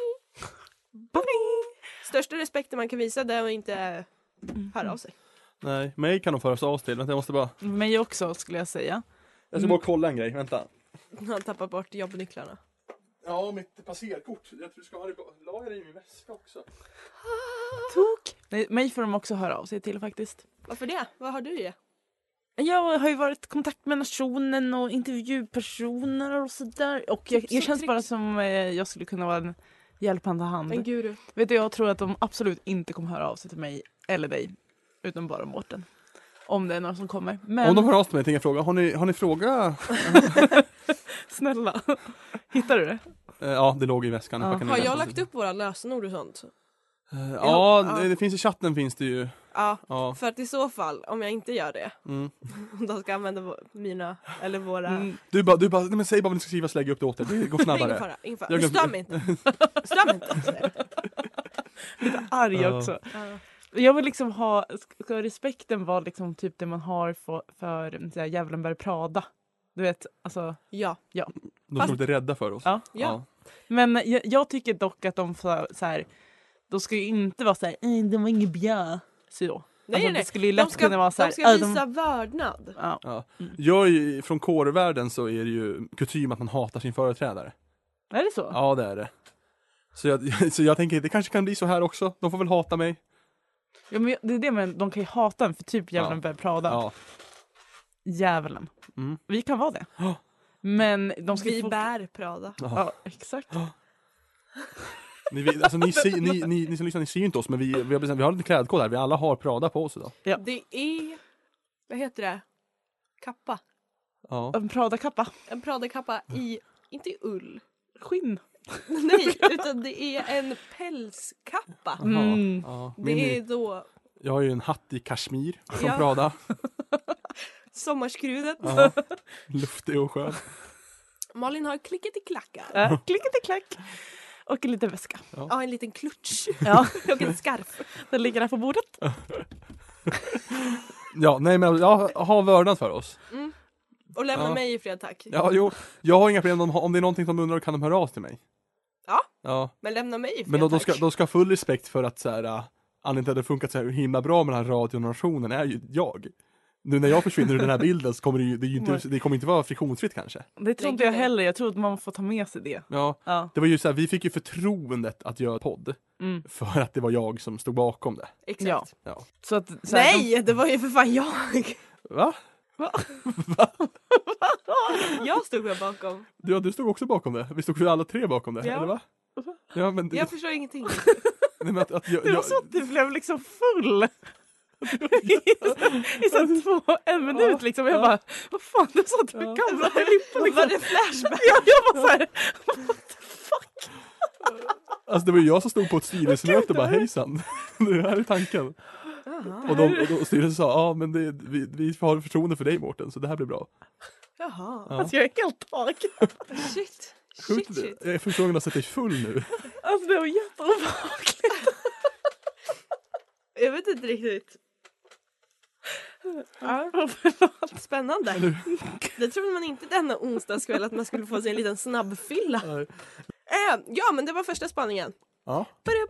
Största respekten man kan visa det är att inte höra av sig. Nej, mig kan de föras av till. Jag måste bara... Mig också skulle jag säga. Jag ska bara kolla en grej, vänta. Han har tappat bort jobbnycklarna. Ja, mitt passerkort. Jag tror du ska ha det la jag det i min väska också. Tok. Nej, mig får de också höra av sig till faktiskt. Varför det? Vad har du i? Jag har ju varit i kontakt med nationen och intervjupersoner och sådär. Och jag känns bara som jag skulle kunna vara en hjälpande hand. En guru. Vet du, jag tror att de absolut inte kommer höra av sig till mig eller dig. Utan bara Mårten. Om det är någon som kommer. Men... Om de hör av sig till mig, tänker jag fråga. Har ni fråga? Snälla. Hittar du det? Ja, det låg i väskan. Ja. Har jag lagt upp våra lösenord och sånt? Ja, det finns i chatten finns det ju. Ja, för att i så fall, om jag inte gör det, då ska jag använda mina, eller våra... Du bara, men säg bara vad ni ska skriva så lägger jag upp det åt dig. Det går snabbare. Ingen fara. Stör mig inte. Stör mig inte. Lite arg också. Jag vill liksom ska respekten vara liksom typ det man har för så här, Gävlenberg Prada. Du vet, alltså... Ja. De är inte rädda för oss. Ja. Men jag tycker dock att de så här, de ska ju inte vara så här, de var inget bra. Så. Nej. Det skulle ju lätt kunna vara så här, de ska visa vördnad. Ja. Jag från kårvärlden så är det ju kutym att man hatar sin företrädare. Är det så? Ja, det är det. Så jag tänker, det kanske kan bli så här också. De får väl hata mig. Ja, men det är det, men de kan ju hata en för typ Gävlenberg Prada. Ja. Djävulen. Vi kan vara det. Men de ska vi bär Prada. Ja, exakt. Ni som lyssnar, ni ser ju inte oss, men vi har lite klädkod här. Vi alla har Prada på oss idag. Ja. Det är, vad heter det? Kappa. Ja. En Prada-kappa. En Prada-kappa i, inte i ull. Skinn. Nej, utan det är en pälskappa. Ja. Det är då... Jag har ju en hatt i kashmir från Prada. Sommarskrudet. Ja. Luftig och skön. Malin har klicket i klackar. Klicket i klack. Och en liten väska. Ja, en liten klutch. Ja. Och en skarf. Den ligger där på bordet. Ja, nej men jag har vördnad för oss. Och lämna mig i fred, tack. Ja, jo. Jag har inga problem om det är någonting som undrar kan de höra av till mig. Ja. Men lämna mig i fred, men tack. de ska ha full respekt för att så här, anledningen till att det funkar så här himla bra med den här radionationen är ju jag. Nu när jag försvinner ur den här bilden så kommer det kommer inte vara friktionsfritt kanske. Det tror inte jag heller. Jag tror att man får ta med sig det. Ja. Det var ju så här, vi fick ju förtroendet att göra podd. För att det var jag som stod bakom det. Exakt. Ja. Så att, så nej, det var ju för fan jag. Va? Jag stod där bakom. Ja, du stod också bakom det. Vi stod för alla tre bakom det, eller va? Ja, men jag förstår ingenting. Nej, men att det var så att du blev liksom full. I så en minut liksom. Jag bara, vad fan, du sa att du var gamla liksom. Var det flashback? Ja, jag var såhär, what the fuck? Alltså det var jag som stod på ett styrelsemöte och bara, hejsan, det här är tanken. Och då styrelsen sa, men vi har förtroende för dig, Mårten, så det här blir bra. Jaha. Alltså jag är helt tagen. Shit. Jag är förstående att sätta dig full nu. Alltså det var jätteobehagligt. Jag vet inte riktigt. Spännande. Det trodde man inte denna onsdagskväll att man skulle få sig en liten snabbfylla. Ja, men det var första spaningen. Ja.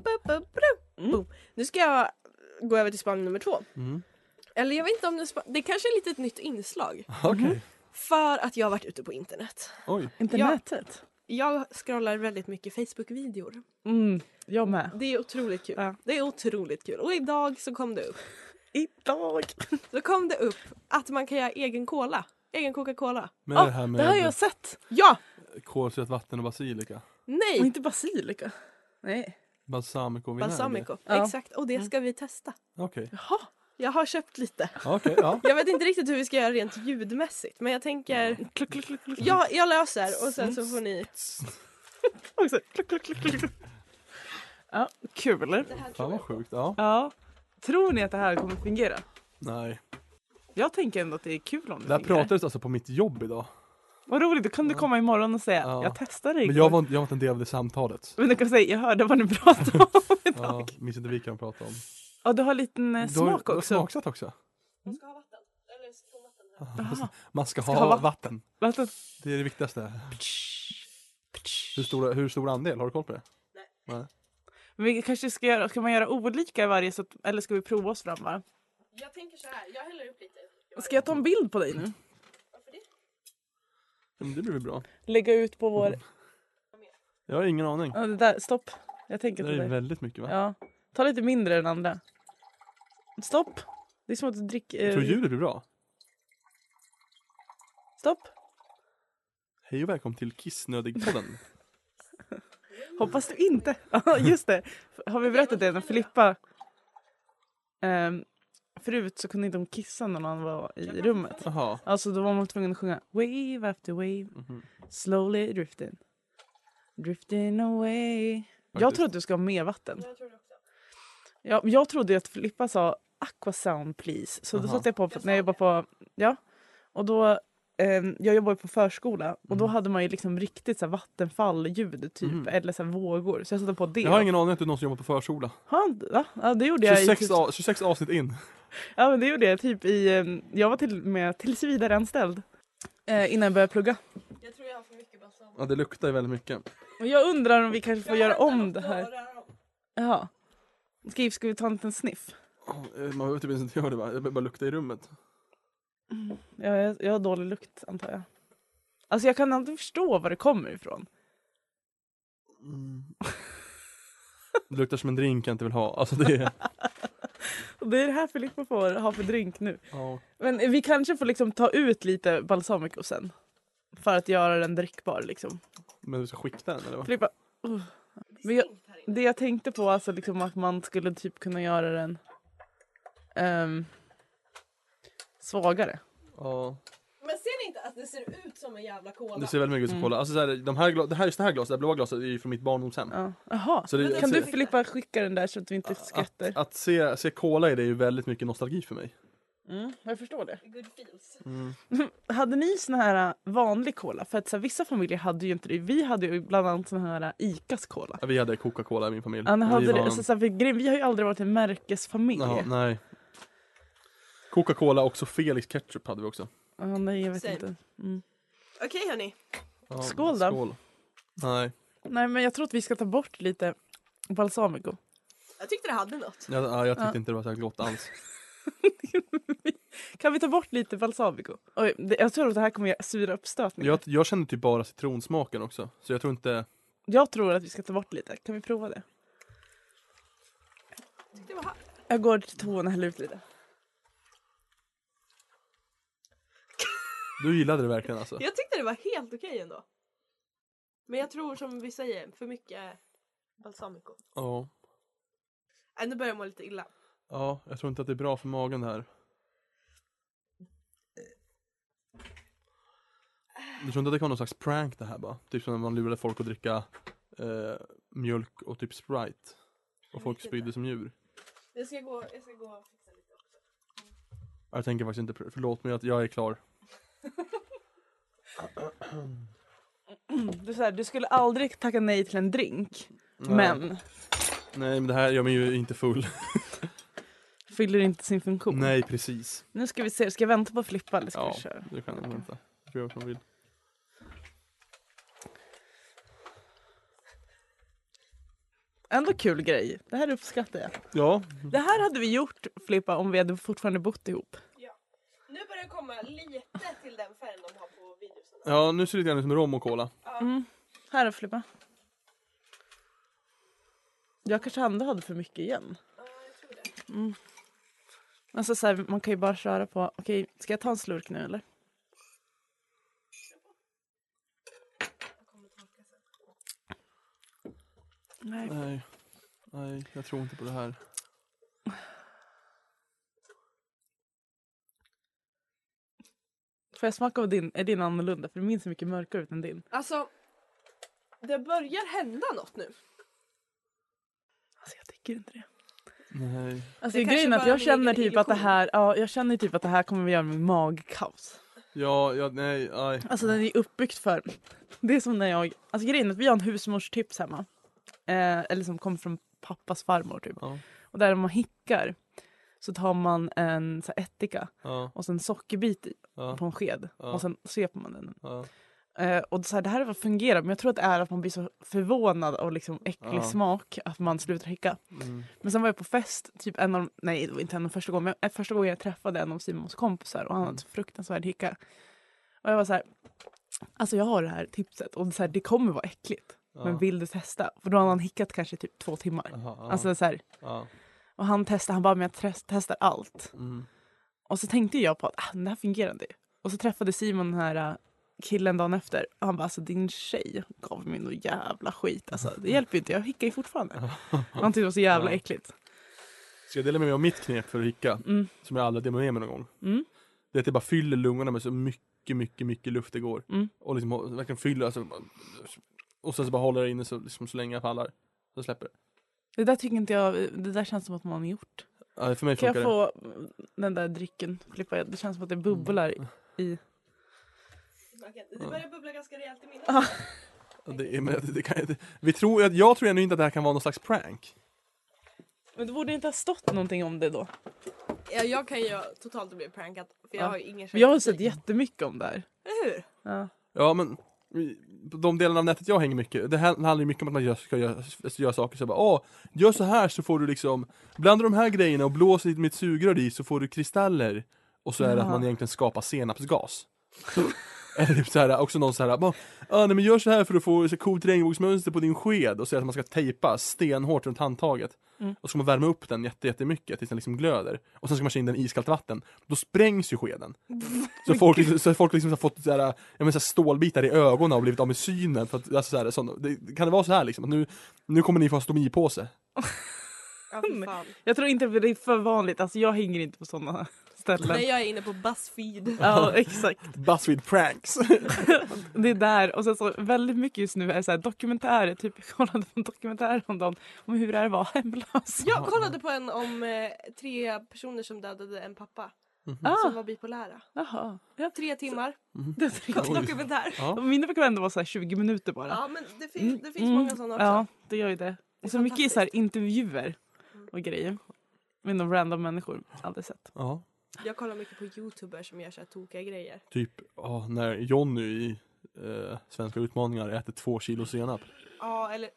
Nu ska jag gå över till spaning nummer 2. Eller jag vet inte om det kanske är lite ett nytt inslag. Okej. För att jag har varit ute på internet. Oj. Internetet? Jag scrollar väldigt mycket Facebook-videor. Jag med. Det är otroligt kul. Ja. Det är otroligt kul. Och idag så kom det upp. Så kom det upp att man kan göra egen cola. Egen Coca-Cola. Men det här med det har jag sett. Ja! Kolsyrat vatten och basilika. Nej. Och inte basilika. Nej. Balsamico. Ja. Exakt. Och det ska vi testa. Okej. Jaha. Jag har köpt lite. Okej, ja. Jag vet inte riktigt hur vi ska göra rent ljudmässigt. Men jag tänker... Ja, jag löser. Och sen så får ni... Också. Ja, kul. Fan vad sjukt, ja. Tror ni att det här kommer fungera? Nej. Jag tänker ändå att det är kul om det här pratades alltså på mitt jobb idag. Vad roligt, då kan du komma imorgon och säga jag testade det. Men jag var inte en del av det samtalet. Men du kan säga, jag hörde vad ni pratade om idag. Minns inte vi kan prata om. Ja, du har liten smak också. Du har smaksatt också. Man ska ha vatten. Eller vatten. Man ska ha vatten. Vatten. Det är det viktigaste. Hur stor andel? Har du koll på det? Nej. Men vi kanske ska man göra olika i varje, eller ska vi prova oss fram, va? Jag tänker så här, jag häller upp lite. Ska jag ta en bild på dig nu? Varför det? Men det blir väl bra. Lägga ut på vår... Jag har ingen aning. Ja, det där, stopp. Jag tänker det på är det. Väldigt mycket, va? Ja. Ta lite mindre än andra. Stopp. Det är som att du dricker... Jag tror ljudet blir bra. Stopp. Hej och välkommen till Kissnödig-podden. Hoppas du inte. Ja, just det. Har vi berättat det när Filippa... förut så kunde inte hon kissa när man var i rummet. Aha. Alltså då var man tvungen att sjunga wave after wave. Slowly drifting. Drifting away. Jag tror att du ska ha mer vatten. Jag tror det också. Ja, jag trodde att Filippa sa aqua sound please. Så då satt jag på när jag jobbade på... Ja. Och då... jag jobbade på förskola. Och då hade man ju liksom riktigt så här vattenfall-ljud typ. Eller så här vågor. Så jag satte på det. Jag har ingen aning att du någonsin jobbat på förskola. Ja, det gjorde jag. 26 avsnitt in. Ja, men det gjorde jag typ i... jag var tills vidare anställd. Innan jag började plugga. Jag tror jag har för mycket balsam. Ja, det luktar ju väldigt mycket. Och jag undrar om vi kanske får göra om det här. Jaha. Ska vi ta en liten sniff? Man vet typ inte göra det, va? Jag bara lukta i rummet. Jag har dålig lukt, antar jag. Alltså jag kan inte förstå var det kommer ifrån. Det luktar som en drink jag inte vill ha. Alltså det är... Det är det här Filippa får ha för drink nu. Ja. Men vi kanske får liksom ta ut lite balsamico sen. För att göra den drickbar liksom. Men du ska skikta den eller vad? Filippa. Men det jag tänkte på alltså liksom att man skulle typ kunna göra den svagare. Ja. Men ser ni inte att det ser ut som en jävla cola? Det ser väldigt mycket ut som cola. Alltså så här, just det här glaset, det blåa glaset är ju från mitt barndomshem. Ja. Jaha. Kan du Filippa skicka den där så att vi inte skvätter? Att se cola i det är ju väldigt mycket nostalgi för mig. Jag förstår det. Good feels. Hade ni sån här vanlig cola? För att så här, vissa familjer hade ju inte det. Vi hade ju bland annat sån här Icas cola. Ja, vi hade Coca-Cola i min familj. Ja, vi har ju aldrig varit en märkesfamilj. Jaha, nej. Coca-Cola och så Felix ketchup hade vi också. Ja, nej, jag vet inte. Okej, hörni. Ja, skål då. Skål. Nej, men jag tror att vi ska ta bort lite balsamico. Jag tyckte det hade något. jag tyckte inte det var så här gott alls. Kan vi ta bort lite balsamico? Jag tror att det här kommer göra sura uppstötningar. Jag känner typ bara citronsmaken också. Så jag tror inte... Jag tror att vi ska ta bort lite. Kan vi prova det? Jag går till toan och häller ut lite. Du gillade det verkligen alltså? Jag tyckte det var helt okej ändå. Men jag tror som vi säger, för mycket balsamico. Ja. Nu börjar jag må lite illa. Ja, jag tror inte att det är bra för magen det här. Du tror inte att det kan vara någon slags prank det här bara? Typ som när man lurade folk att dricka mjölk och typ Sprite. Och folk spydde som djur. Jag ska gå och fixa lite också. Jag tänker faktiskt inte, förlåt mig att jag är klar. Du skulle aldrig tacka nej till en drink. Nej. Nej, men det här gör mig ju inte full. Fyller inte sin funktion. Nej, precis. Nu ska vi se, ska jag vänta på Filippa eller ska vi köra? Ja, du kan vänta. Jag tror jag som vill. Ändå kul grej. Det här uppskattar jag. Ja. Det här hade vi gjort, Filippa, om vi hade fortfarande bott ihop. Ja. Nu börjar det komma lite till den färgen de har på videosen. Ja, nu ser det lite grann ut som rom och cola. Här då, Filippa. Jag kanske ändå hade för mycket igen. Ja, jag tror det. Alltså så här, man kan ju bara köra på... Okej, ska jag ta en slurk nu eller? Nej, jag tror inte på det här. Får jag smaka av din? Är din annorlunda? För det minns så mycket mörkare ut än din. Alltså, det börjar hända något nu. Alltså jag tycker inte det. Nej. Alltså grejen är att jag känner typ att det här... Ja, jag känner typ att det här kommer vi göra med magkaos. Ja, nej. Alltså den är uppbyggt för... Det är som när jag... Alltså grejen är att vi har en husmorstips hemma. Eller som kommer från pappas farmor typ. Ja. Och där man hickar så tar man en så här ättika och sen sockerbit i på en sked. Och sen sveper man den. Och så här, det här är vad fungerar. Men jag tror att det är att man blir så förvånad av liksom äcklig smak att man slutar hicka. Men sen var jag på fest typ det var inte en av första gången. Men första gången jag träffade en av Simons kompisar och han hade så fruktansvärd hicka. Och jag var så här, Alltså jag har det här tipset och så här, det kommer vara äckligt. Men vill du testa? För då har han hickat kanske typ 2 timmar. Alltså så här. Och han bara, men jag testar allt. Och så tänkte jag på att det här fungerar inte. Och så träffade Simon den här killen dagen efter. Och han bara, alltså din tjej gav mig någon jävla skit. Alltså det hjälper ju inte, jag hickar ju fortfarande. Han tyckte det var så jävla äckligt. Ska jag dela med mig av mitt knep för att hicka? Som jag aldrig delar med mig någon gång. Det är att jag bara fyller lungorna med så mycket luft det går. Och liksom verkligen fyller, alltså, och sen så bara håller det inne så länge jag pallar. Så släpper det. Det där tycker inte jag, det där känns som att man har gjort. Ja, för mig kan jag få den där drycken? Flippa? Det känns som att det bubblar i. Det börjar bubbla ganska rejält i mina. Jag tror ändå inte att det här kan vara någon slags prank. Men det borde inte ha stått någonting om det då. Ja, jag kan ju totalt bli prankad. För jag har ju ingen jag har sett jättemycket om det här. Eller hur? Ja, men de delarna av nätet jag hänger mycket, det handlar ju mycket om att man ska göra saker så bara, gör så här så får du liksom blanda de här grejerna och blåsa med ett sugrör i så får du kristaller. Och så är det att man egentligen skapar senapsgas. Eller typ så här, också någon så här, nej men gör så här för att få så coolt regnbågsmönster på din sked. Och så att man ska tejpa stenhårt runt handtaget. Och så ska man värma upp den jättemycket tills den liksom glöder. Och sen ska man köra in den i iskallt vatten. Då sprängs ju skeden. Så folk liksom har fått så här, så här stålbitar i ögonen och blivit av med synen. För att, alltså, så här, kan det vara så här liksom? Att nu kommer ni få en stomipåse. Jag tror inte det är för vanligt. Alltså jag hänger inte på sådana ställen. Nej, jag är inne på BuzzFeed. Ja, exakt. BuzzFeed pranks. Det är där. Och sen så väldigt mycket just nu är så här dokumentärer. Typ jag kollade på en dokumentär om hur det är att vara hemlös. Jag kollade på en om 3 personer som dödade en pappa. Som var bipolära. Jaha. 3 timmar. Dokumentär. Ja. Mina brukar ändå vara så här 20 minuter bara. Ja, men det finns många sådana också. Ja, det gör ju det. Och så mycket så här intervjuer och grejer. Med några random människor. Aldrig sett. Ja. Jag kollar mycket på YouTubers som gör så här tokiga grejer. Typ, när Jonny i Svenska utmaningar äter 2 kilo senap. Ja, eller...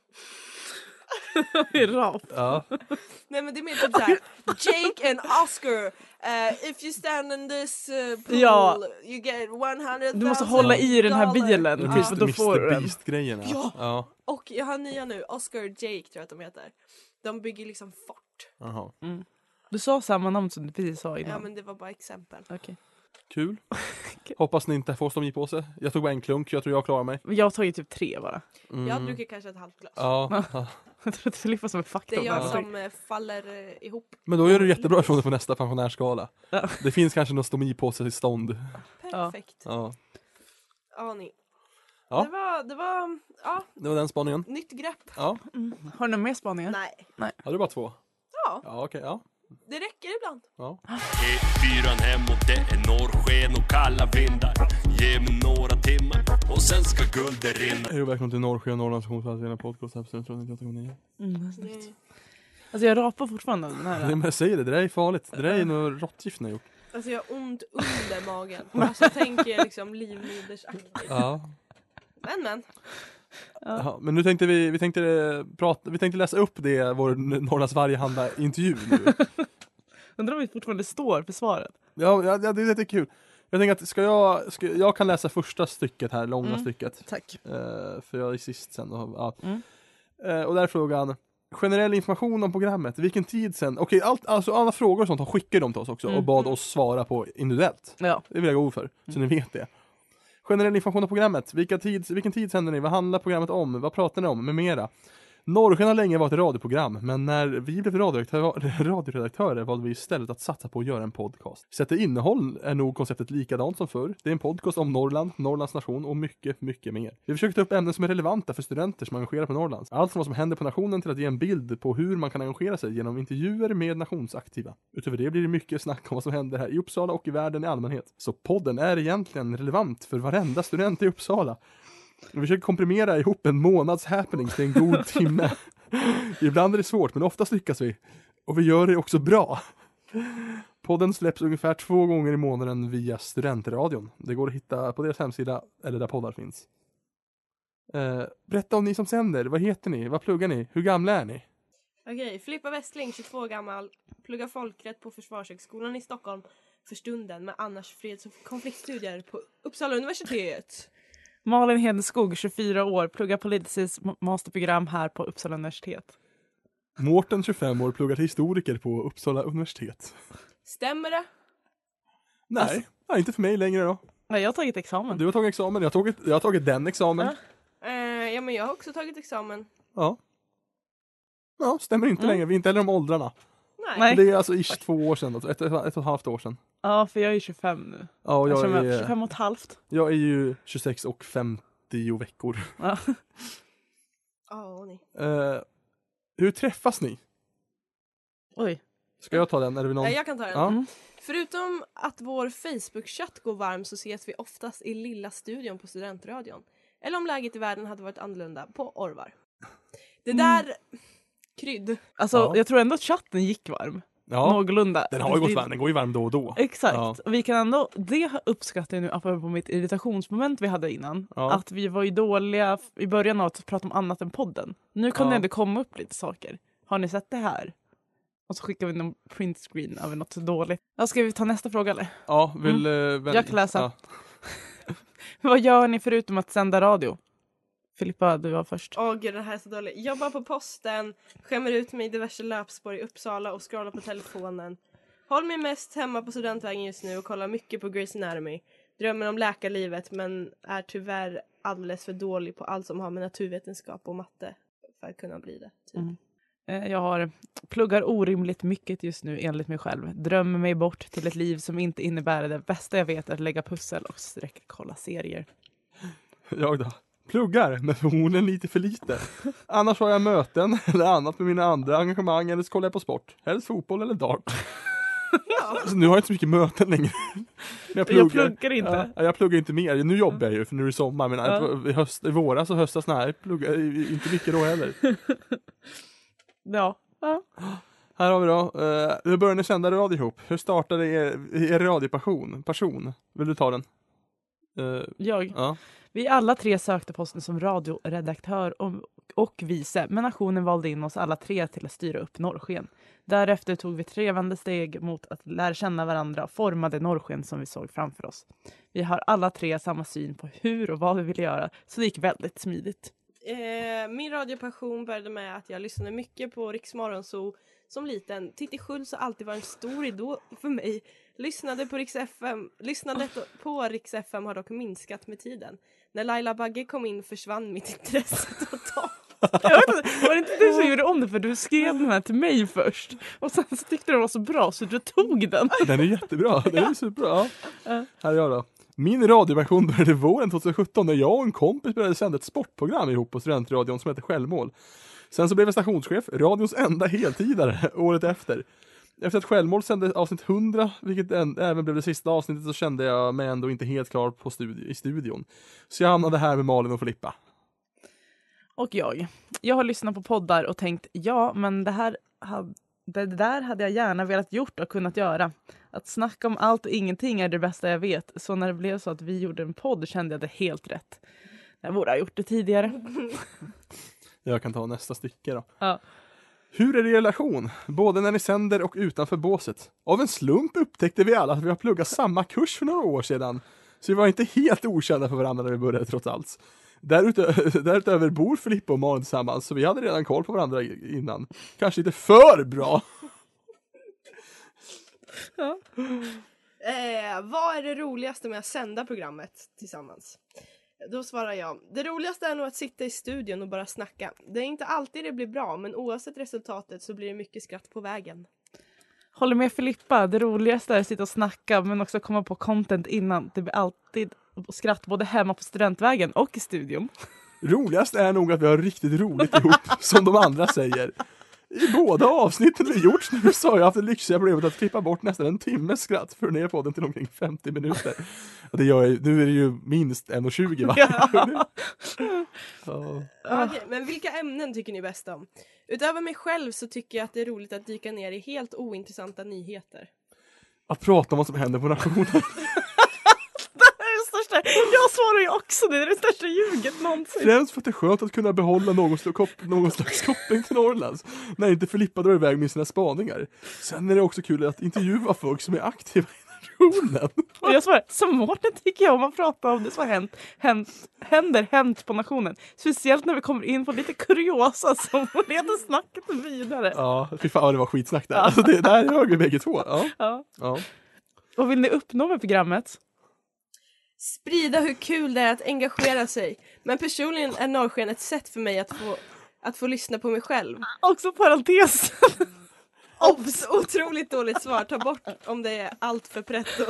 Det är rap. Ja. Nej, men det är mer typ såhär, Jake and Oscar, if you stand in this pool, you get 100,000. Du måste hålla i den här bilen. Typ, då får Mr. Beast-grejerna. Ja. Och jag har nya nu, Oscar och Jake tror jag att de heter. De bygger liksom fort. Jaha. Du sa samma namn som du precis sa innan. Ja, men det var bara exempel. Okej. Kul. Hoppas ni inte får stomipåse. Jag tog bara en klunk, jag tror jag klarar mig. Jag tar ju typ 3 bara. Jag druckit kanske ett halvt glas. Ja. Jag tror att det slipper som en faktor. Det är jag som faller ihop. Men då gör du jättebra ifrån det på nästa pensionärsskala. Ja. Det finns kanske någon stomipåse i stånd. Perfekt. Ja. Ni. Ja. Det var den spaningen. Nytt grepp. Ja. Har du några mer spaningar? Nej. Hade du bara 2? Ja. Ja, okej, ja. Det räcker ibland. Ja. E4 hem och det är norrsken och kalla vindar. Ge mig några timmar och sen ska guldet rinna. Hej och välkommen till Norrsken och Norrlands Konstnärsförening podcast här på Centrum 98,9. Alltså jag rapar fortfarande den här. Nej, men jag säger det där är farligt. Det där är nog råttgift ni har gjort. Alltså jag har ont under magen. Alltså tänker jag liksom livmodersaktigt. Ja. Men. Ja, men nu tänkte vi tänkte läsa upp det vår Norrlands Vargehanda intervju nu. Undrar om vi fortfarande står för svaret. Ja, det är jättekul. Jag tänker att jag kan läsa första stycket här, långa stycket. Tack. För jag är sist sen. Ja. Och där är frågan, generell information om programmet, vilken tid sen. Okej, alltså alla frågor och sånt skickar de till oss också och bad oss svara på individuellt. Ja. Det vill jag gå för, så ni vet det. Generell information om programmet, vilken tid sänder ni, vad handlar programmet om, vad pratar ni om, med mera. Norrsken har länge varit ett radioprogram, men när vi blev radioredaktörer valde vi istället att satsa på att göra en podcast. Sett till innehåll är nog konceptet likadant som förr. Det är en podcast om Norrland, Norrlands nation och mycket, mycket mer. Vi försöker ta upp ämnen som är relevanta för studenter som engagerar på Norrland. Allt från vad som händer på nationen till att ge en bild på hur man kan engagera sig genom intervjuer med nationsaktiva. Utöver det blir det mycket snack om vad som händer här i Uppsala och i världen i allmänhet. Så podden är egentligen relevant för varenda student i Uppsala. Vi försöker komprimera ihop en månads happening till en god timme. Ibland är det svårt, men oftast lyckas vi. Och vi gör det också bra. Podden släpps ungefär 2 gånger i månaden via Studentradion. Det går att hitta på deras hemsida eller där poddar finns. Berätta om ni som sänder. Vad heter ni? Vad pluggar ni? Hur gamla är ni? Okej, Filippa Westling, 22 gammal. Pluggar folkrätt på Försvarshögskolan i Stockholm för stunden, med annars freds- och konfliktstudier på Uppsala universitet. Malin Hedeskog, 24 år, pluggar politiskt masterprogram här på Uppsala universitet. Mårten, 25 år, pluggar historiker på Uppsala universitet. Stämmer det? Nej, inte för mig längre då. Nej, jag har tagit examen. Du har tagit examen, jag har tagit den examen. Ja, men jag har också tagit examen. Ja. Ja, stämmer inte längre. Vi är inte heller om åldrarna. Nej. Det är alltså 2 år sedan, alltså ett och ett halvt år sedan. Ja, för jag är 25 nu. Ja, jag är 25 och ett halvt. Jag är ju 26 och 50 veckor. Ja. Hur träffas ni? Oj. Ska jag ta den? Är det någon? Nej, jag kan ta den. Ja. Förutom att vår Facebook-chatt går varm så ses vi oftast i lilla studion på Studentradion. Eller om läget i världen hade varit annorlunda på Orvar. Det där krydd. Alltså, jag tror ändå att chatten gick varm. Ja, någorlunda. Den har ju gått varm, den går ju varm då och då. Exakt. Ja. Och vi kan ändå, det uppskattar jag nu apropå mitt irritationsmoment vi hade innan. Ja. Att vi var ju dåliga i början av att prata om annat än podden. Nu kan det ändå komma upp lite saker. Har ni sett det här? Och så skickar vi någon printscreen över något dåligt. Ja, ska vi ta nästa fråga eller? Ja, jag kan läsa. Ja. Vad gör ni förutom att sända radio? Filippa, du var först. Gud, det här är så dåligt. Jobbar på posten, skämmer ut mig i diverse löpspår i Uppsala och scrollar på telefonen. Håller mig mest hemma på Studentvägen just nu och kollar mycket på Grey's Anatomy. Drömmer om läkarlivet men är tyvärr alldeles för dålig på allt som har med naturvetenskap och matte för att kunna bli det. Typ. Jag pluggar orimligt mycket just nu enligt mig själv. Drömmer mig bort till ett liv som inte innebär det bästa jag vet, att lägga pussel och kolla serier. Jag då? Pluggar, men förmodligen lite för lite. Annars har jag möten eller annat med mina andra engagemang, eller så kollar jag på sport. Helst fotboll eller dart. Alltså, nu har jag inte så mycket möten längre. Men jag pluggar inte. Ja, jag pluggar inte mer. Nu jobbar jag ju, för nu är det sommar. Men i våras och höstas, nej, pluggar inte mycket då heller. Ja. Här har vi då. Hur började ni sända radio ihop? Hur startade er radiopassion? Vill du ta den? Jag? Ja. Vi alla 3 sökte posten som radioredaktör och vice, men nationen valde in oss alla 3 till att styra upp Norrsken. Därefter tog vi trevande steg mot att lära känna varandra och formade Norrsken som vi såg framför oss. Vi har alla 3 samma syn på hur och vad vi ville göra, så det gick väldigt smidigt. Min radiopassion började med att jag lyssnade mycket på Riks Morgonzoo som liten. Titti Schultz har alltid varit en stor idol för mig. Lyssnandet på Riks FM har dock minskat med tiden. När Laila Bagge kom in försvann mitt intresse totalt. Var det inte du som gjorde om det, för du skrev den här till mig först och sen så tyckte du den var så bra så du tog den. Den är jättebra, den är superbra. Här är jag då. Min radiopassion började våren 2017 när jag och en kompis började sända ett sportprogram ihop på Studentradion som heter Självmål. Sen så blev jag stationschef, radions enda heltidare året efter. Efter att Självmål sände avsnitt 100, vilket även blev det sista avsnittet, så kände jag mig ändå inte helt klar på i studion. Så jag hamnade här med Malin och Filippa. Och jag har lyssnat på poddar och tänkt, men det där hade jag gärna velat gjort och kunnat göra. Att snacka om allt och ingenting är det bästa jag vet. Så när det blev så att vi gjorde en podd kände jag det helt rätt. Jag borde ha gjort det tidigare. Jag kan ta nästa stycke då. Ja. Hur är det i relation? Både när ni sänder och utanför båset. Av en slump upptäckte vi alla att vi har pluggat samma kurs för några år sedan. Så vi var inte helt okända för varandra när vi började trots allt. Därutöver bor Filippa och Malin tillsammans, så vi hade redan koll på varandra innan. Kanske lite för bra. Ja. Vad är det roligaste med att sända programmet tillsammans? Då svarar jag. Det roligaste är nog att sitta i studion och bara snacka. Det är inte alltid det blir bra, men oavsett resultatet så blir det mycket skratt på vägen. Håller med Filippa. Det roligaste är att sitta och snacka, men också komma på content innan. Det blir alltid skratt både hemma på Studentvägen och i studion. Roligast är nog att vi har riktigt roligt ihop, som de andra säger. I båda avsnitten vi gjort nu så har jag haft det lyxiga problemet att klippa bort nästan en timmes skratt för ner på den till omkring 50 minuter. Och det gör jag, nu är det ju minst 1,20 va? Okej, men vilka ämnen tycker ni bäst om? Utöver mig själv så tycker jag att det är roligt att dyka ner i helt ointressanta nyheter. Att prata om vad som händer på nationen. Jag svarar ju också det är det största ljuget någonsin. Främst för att det är skönt att kunna behålla någon slags koppling till Norrlands när inte Filippa drar iväg med sina spaningar. Sen är det också kul att intervjua folk som är aktiva i nationen. Och jag svarar, som Mårten tycker jag om att prata om det som hänt på nationen. Speciellt när vi kommer in på lite kuriosa som leder snacket vidare. Ja, fy fan, det var skitsnack där. Ja. Alltså det där hör vi bägge två. Ja. Vad vill ni uppnå med programmet? Sprida hur kul det är att engagera sig. Men personligen är Norrsken ett sätt för mig att få lyssna på mig själv. Också parentes. Otroligt dåligt svar. Ta bort om det är allt för pretto.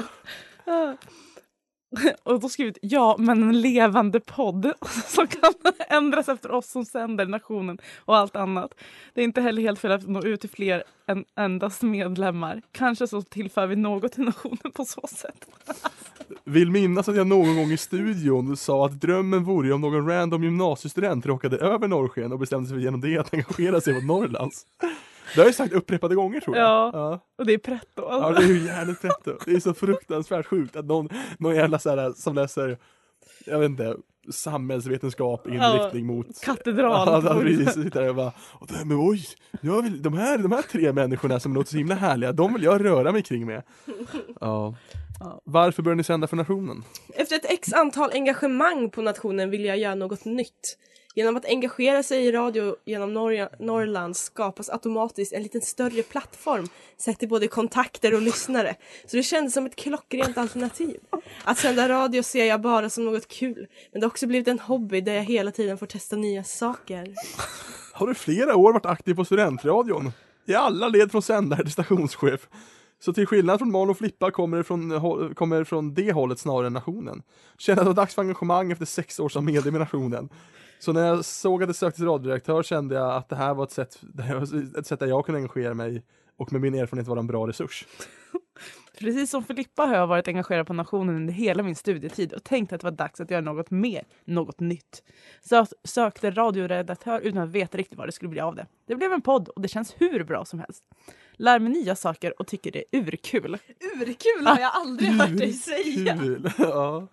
Och då skrivit, ja, men en levande podd som kan ändras efter oss som sänder nationen och allt annat. Det är inte heller helt fel att nå ut till fler än endast medlemmar. Kanske så tillför vi något till nationen på så sätt. Vill minnas att jag någon gång i studion sa att drömmen vore om någon random gymnasiestudent råkade över Norrsken och bestämde sig genom det att engagera sig mot Norrlands. Det har jag sagt upprepade gånger, tror jag. Ja. Och det är pretto. Alltså. Ja, det är ju jävligt pretto. Det är så fruktansvärt sjukt att någon jävla så här, som läser, jag vet inte, samhällsvetenskap i inriktning mot katedral. Ja, precis. Sitter där och bara, men oj, de här 3 människorna som låter så himla härliga, de vill jag röra mig kring med. Ja. Varför börjar ni sända för nationen? Efter ett x antal engagemang på nationen vill jag göra något nytt. Genom att engagera sig i radio genom Norrland skapas automatiskt en lite större plattform sett till både kontakter och lyssnare. Så det kändes som ett klockrent alternativ. Att sända radio ser jag bara som något kul. Men det har också blivit en hobby där jag hela tiden får testa nya saker. Har du flera år varit aktiv på studentradion? I alla led från sändare till stationschef. Så till skillnad från Malin och Filippa kommer från det hållet snarare än nationen. Känner att det var dags för engagemang efter 6 år som medlem i nationen. Så när jag såg att det söktes radioredaktör kände jag att det här var ett sätt där jag kunde engagera mig och med min erfarenhet vara en bra resurs. Precis som Filippa har jag varit engagerad på nationen under hela min studietid och tänkte att det var dags att göra något mer, något nytt. Så sökte radioredaktör utan att veta riktigt vad det skulle bli av det. Det blev en podd och det känns hur bra som helst. Lär mig nya saker och tycker det är urkul. Urkul har jag aldrig hört dig säga. Kul, ja.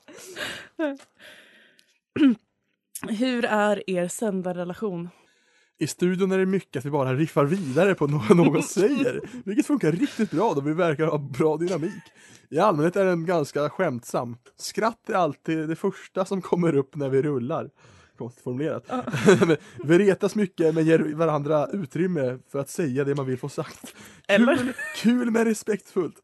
Hur är er sändarrelation? I studion är det mycket att vi bara riffar vidare på någon säger. Vilket funkar riktigt bra då vi verkar ha bra dynamik. I allmänhet är den ganska skämtsam. Skratt är alltid det första som kommer upp när vi rullar. Konstigt formulerat. Vi retas mycket men ger varandra utrymme för att säga det man vill få sagt. Kul men respektfullt.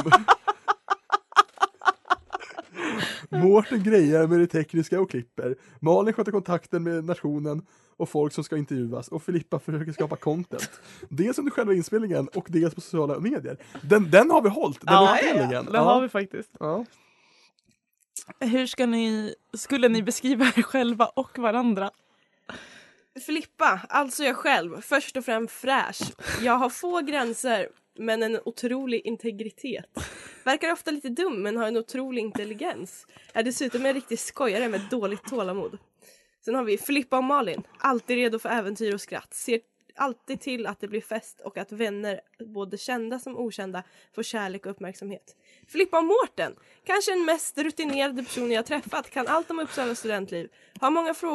Mårten grejer med det tekniska och klipper. Malin sköter kontakten med nationen och folk som ska intervjuas. Och Filippa försöker skapa content. Dels under själva inspelningen och dels på sociala medier. Den har vi hållit. Den har vi faktiskt. Ja. Hur skulle ni beskriva er själva och varandra? Filippa, alltså jag själv. Först och främst fräsch. Jag har få gränser men en otrolig integritet. Verkar ofta lite dum men har en otrolig intelligens. Är dessutom en riktig skojare med dåligt tålamod. Sen har vi Filippa och Malin. Alltid redo för äventyr och skratt. Ser alltid till att det blir fest och att vänner, både kända som okända, får kärlek och uppmärksamhet. Filippa och Mårten. Kanske den mest rutinerade personen jag träffat. Kan allt om Uppsala studentliv. Har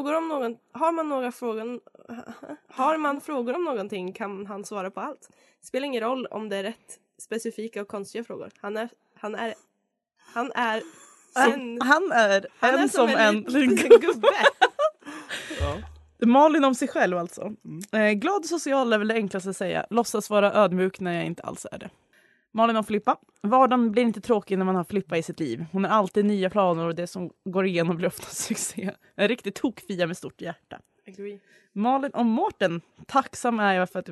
man frågor om någonting kan han svara på allt. Spelar ingen roll om det är rätt specifika och konstiga frågor. Han är som en gubbe. Ja. Malin om sig själv alltså. Glad och social är väl det enklaste att säga. Låtsas vara ödmjuk när jag inte alls är det. Malin om Filippa. Vardagen blir inte tråkig när man har Filippa i sitt liv. Hon har alltid nya planer och det som går igenom blir ofta succé. En riktigt tokfia med stort hjärta. Agree. Malin om Mårten. Tacksam är jag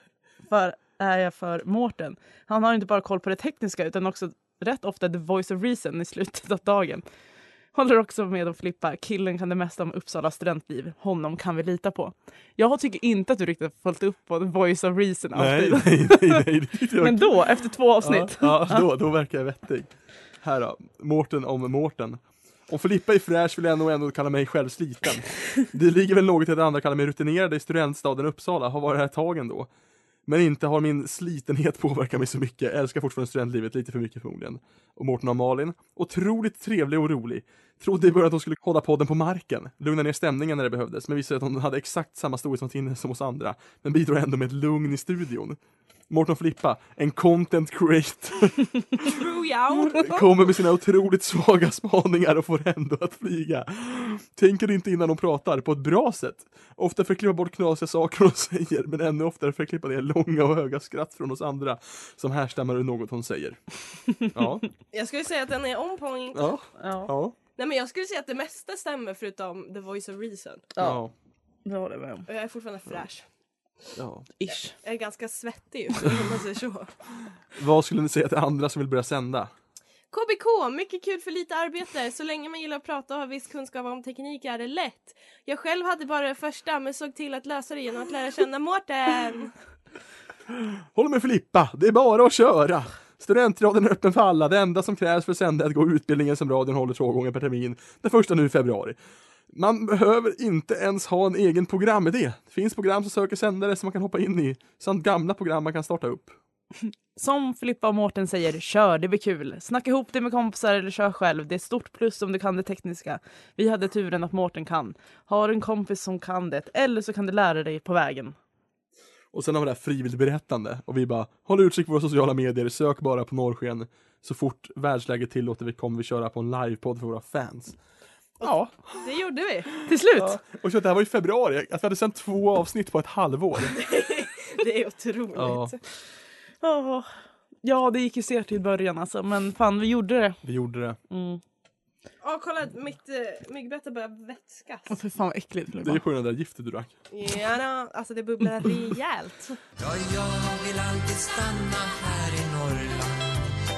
för Mårten. Han har inte bara koll på det tekniska utan också rätt ofta the voice of reason i slutet av dagen. Håller också med om Filippa. Killen kan det mesta om Uppsala studentliv. Honom kan vi lita på. Jag tycker inte att du riktigt har följt upp på the voice of reason alltid. Nej. Men då, efter 2 avsnitt. Ja, då verkar jag vettig. Här då, Mårten om Mårten. Om Filippa är fräsch vill jag ändå kalla mig själv sliten. Det ligger väl något att andra kallar mig rutinerad i studentstaden Uppsala. Har varit här ett tag ändå. Men inte har min slitenhet påverkat mig så mycket. Jag älskar fortfarande studentlivet lite för mycket förmodligen. Och Mårten och Malin. Otroligt trevlig och rolig. Trodde i början att de skulle hålla podden på marken, lugna ner stämningen när det behövdes, men visade att de hade exakt samma storhetsvansinne som oss andra, men bidrar ändå med ett lugn i studion. Mårten och Filippa, en content creator, kommer med sina otroligt svaga spaningar och får ändå att flyga. Tänker inte innan de pratar på ett bra sätt. Ofta förklippa bort knasiga saker de säger, men ännu oftare förklippa ner långa och höga skratt från oss andra som härstammar ur något hon säger. Ja. Jag skulle säga att den är on point. Ja. Nej, men jag skulle säga att det mesta stämmer förutom The Voice of Reason. Ja. Det var det med. Och jag är fortfarande fräsch. Ja. Ish. Jag är ganska svettig just nu, om man säger så. Vad skulle ni säga till andra som vill börja sända? KBK, mycket kul för lite arbete. Så länge man gillar att prata och har viss kunskap om teknik är det lätt. Jag själv hade bara det första, men såg till att lösa det genom att lära känna Mårten. Håller med Filippa, det är bara att köra. Studentradion är öppen för alla. Det enda som krävs för att sända är att gå utbildningen som radion håller 2 gånger per termin. Det första nu i februari. Man behöver inte ens ha en egen programidé. Det finns program som söker sändare som man kan hoppa in i. Samt gamla program man kan starta upp. Som Filippa och Mårten säger, kör, det blir kul. Snacka ihop det med kompisar eller kör själv. Det är stort plus om du kan det tekniska. Vi hade turen att Mårten kan. Har en kompis som kan det, eller så kan du lära dig på vägen. Och sen har vi det här frivilligt berättande. Och vi bara, håll utkik på våra sociala medier. Sök bara på Norrsken. Så fort världsläget tillåter kommer vi köra på en livepodd för våra fans. Ja. Det gjorde vi. Till slut. Ja. Och så det här var i februari. Att vi hade sänt 2 avsnitt på ett halvår. Det är otroligt. Ja. Ja, det gick ju segt till början alltså. Men fan, vi gjorde det. Vi gjorde det. Kolla, mitt myggbete börjar vätskas. Fy fan vad äckligt. Det är på grund av det giftet du drack. Ja, alltså det bubblar rejält. Ja, jag vill alltid stanna här i Norrland.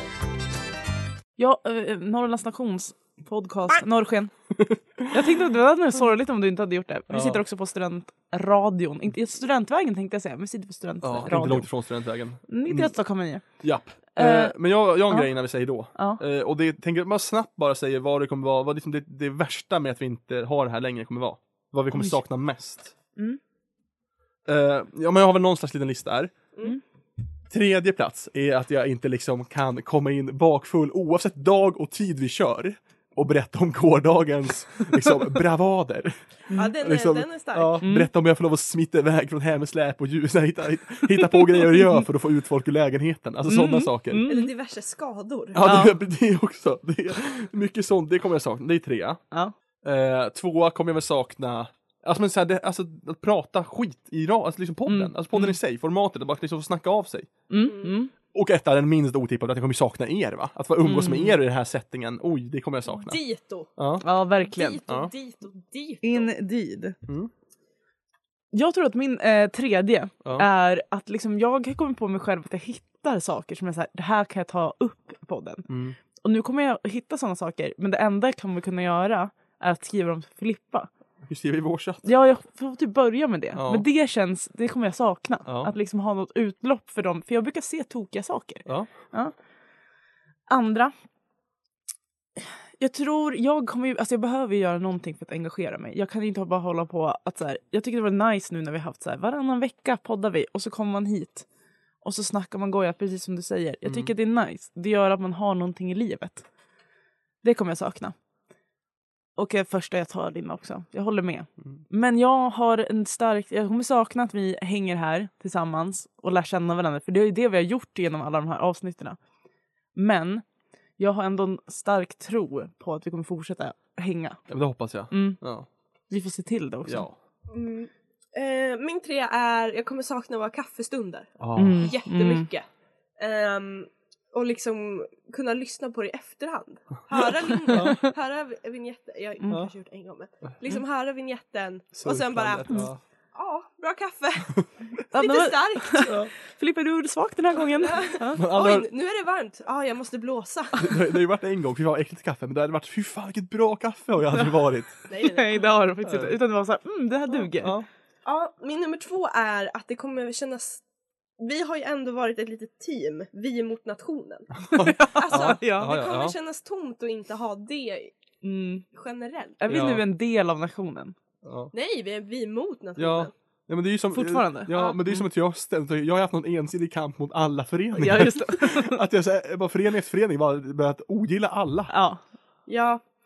Ja, Norrlands Nations podcast, Norrsken. Jag tänkte att det var sorgligt om du inte hade gjort det. Vi sitter också på studentradion. Inte Studentvägen tänkte jag säga, men vi sitter på studentradion. Ja, inte långt ifrån Studentvägen. 98,9. Japp. Men jag har en grej innan vi säger då. Och det tänker man snabbt bara säger vad det kommer vara. Vad liksom det värsta med att vi inte har det här längre kommer vara. Vad vi kommer sakna mest. Ja, men jag har väl någon slags liten lista här. 3:e plats är att jag inte liksom kan komma in bakfull oavsett dag och tid vi kör och berätta om gårdagens liksom, bravader. Ja, den är stark. Ja, berätta om jag får lov att smita iväg från hemsläp och ljus, hitta på grejer att göra för att få ut folk ur lägenheten. Alltså sådana saker. Eller diverse skador. Ja, det är också. Det är mycket sånt, det kommer jag sakna. Det är 3. 2 kommer jag väl sakna. Alltså, men så här, alltså att prata skit i alltså liksom podden. Alltså podden i sig, formatet, att bara liksom få snacka av sig. Och 1 är den minst otippade, att jag kommer sakna er, va? Att få umgås med er i den här settingen. Oj, det kommer jag sakna. Dito. Ja, verkligen. Dito. Indeed. Jag tror att min 3:e är att liksom jag kommer på mig själv att jag hittar saker som är så här, det här kan jag ta upp i podden. Och nu kommer jag hitta sådana saker, men det enda jag kommer kunna göra är att skriva dem för Filippa. Hur skriver vi i vår chatt? Ja, jag får typ börja med det. Men det kommer jag sakna. Att liksom ha något utlopp för dem. För jag brukar se tokiga saker. Andra. Jag tror jag behöver göra någonting för att engagera mig. Jag kan inte bara hålla på att så här, jag tycker det var nice nu när vi haft så här, varannan vecka poddar vi och så kommer man hit. Och så snackar man goja, precis som du säger. Jag tycker det är nice. Det gör att man har någonting i livet. Det kommer jag sakna. Och första jag tar din också. Jag håller med. Men jag kommer sakna att vi hänger här tillsammans och lär känna varandra. För det är ju det vi har gjort genom alla de här avsnitten. Men jag har ändå en stark tro på att vi kommer fortsätta hänga. Ja, men det hoppas jag. Ja. Vi får se till det också. Ja. Min 3 är, jag kommer sakna våra kaffestunder. Jättemycket. Och liksom kunna lyssna på det i efterhand. Höra vignetten. Jag har kanske gjort en gång, men liksom höra vignetten. Och sen bara, bra kaffe. Lite starkt. Filippa, du är svag den här gången. Oj, nu är det varmt. Jag måste blåsa. Det har ju varit en gång, för vi har äckligt kaffe. Men det hade varit, fy fan vilket bra kaffe har jag aldrig varit. Nej, det har det faktiskt inte. Utan det var så här, det här duger. Ja, min nummer 2 är att det kommer kännas. Vi har ju ändå varit ett litet team, vi mot nationen. Alltså, det kommer kännas tomt att inte ha det generellt. Är vi nu en del av nationen? Nej, vi är vi mot nationen. Ja, men det är ju som, fortfarande? Men det är som att jag har haft någon ensidig kamp mot alla föreningar. Ja, just det. Att jag bara förening efter förening bara börjat ogilla alla. Ja,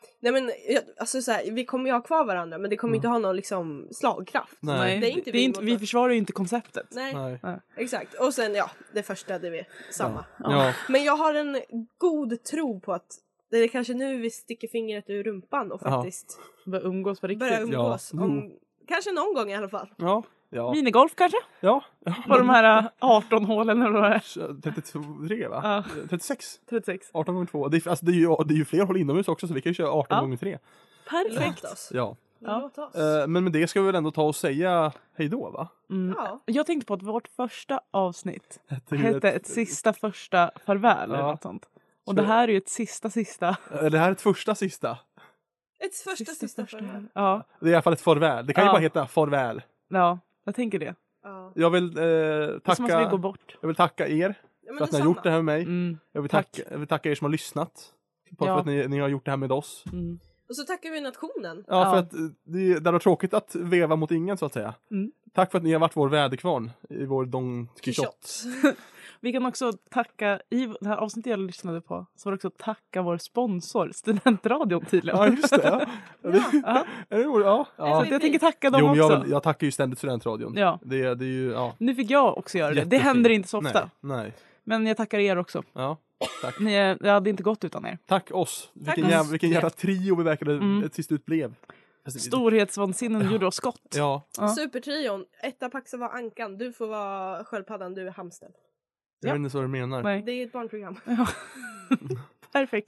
Nej men alltså så här, vi kommer ju ha kvar varandra men det kommer inte ha någon liksom slagkraft. Nej. Det är inte vi försvarar ju inte konceptet. Nej. Exakt. Och sen det första det är samma. Ja. Men jag har en god tro på att det är kanske nu vi sticker fingret ur rumpan och faktiskt börja umgås på riktigt. Kanske någon gång i alla fall. Ja. Minigolf kanske? Ja. På de här 18 hålen eller vad det är. 33 va? Ja. 36. 18 gånger 2. Det är ju fler håll inomhus också så vi kan ju köra 18 gånger 3. Perfekt. Ja. Men med det ska vi väl ändå ta och säga hej då va? Ja. Jag tänkte på att vårt första avsnitt hette ett sista första farväl eller något sånt. Och det här är ju ett sista. Det här är ett första sista. Ett första sista farväl. Ja. Det är i alla fall ett farväl. Det kan ju bara heta farväl. Ja, jag tänker det. Jag vill tacka. Vi gå bort. Jag vill tacka er för att ni har gjort det här med mig. Jag vill tacka er som har lyssnat. För att ni har gjort det här med oss. Och så tackar vi nationen. Ja, för att det var tråkigt att veva mot ingen så att säga. Tack för att ni har varit vår väderkvarn i vår Don Quixote. Vi kan också tacka, i det här avsnittet jag lyssnade på, så var det också tacka vår sponsor, Studentradion tydligen. Ja, just det. Ja. Så jag tänker tacka dem också. Jag tackar ju ständigt Studentradion. Ja. Det är ju, Nu fick jag också göra det. Det händer inte så ofta. Nej. Men jag tackar er också. Ja, tack. Det hade inte gått utan er. Tack oss. Vilken jävla trio vi verkade till slut blev. Storhetsvansinnen gjorde oss gott. Ja. Supertrion. Etta Paxa var Ankan. Du får vara sköldpaddan. Du är hamsten. Jag vet inte vad du menar. Nej. Det är ett barnprogram. Ja. Perfekt.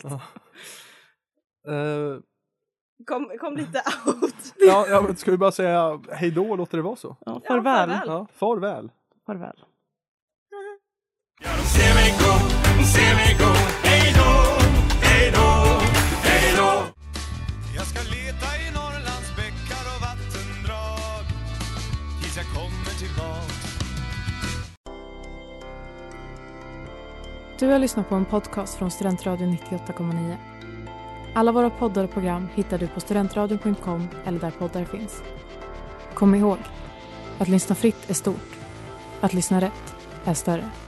Kom lite out. Ja, ska vi bara säga hej då, låter det vara så? Ja, farväl. Ja, farväl. Farväl. Ja, de ser mig gå, hej då, hej då, hej då. Jag ska leta i Norrlands bäckar och vattendrag tills jag kommer tillbaka. Du har lyssnat på en podcast från Studentradion 98,9. Alla våra poddar och program hittar du på studentradion.com eller där poddar finns. Kom ihåg, att lyssna fritt är stort. Att lyssna rätt är större.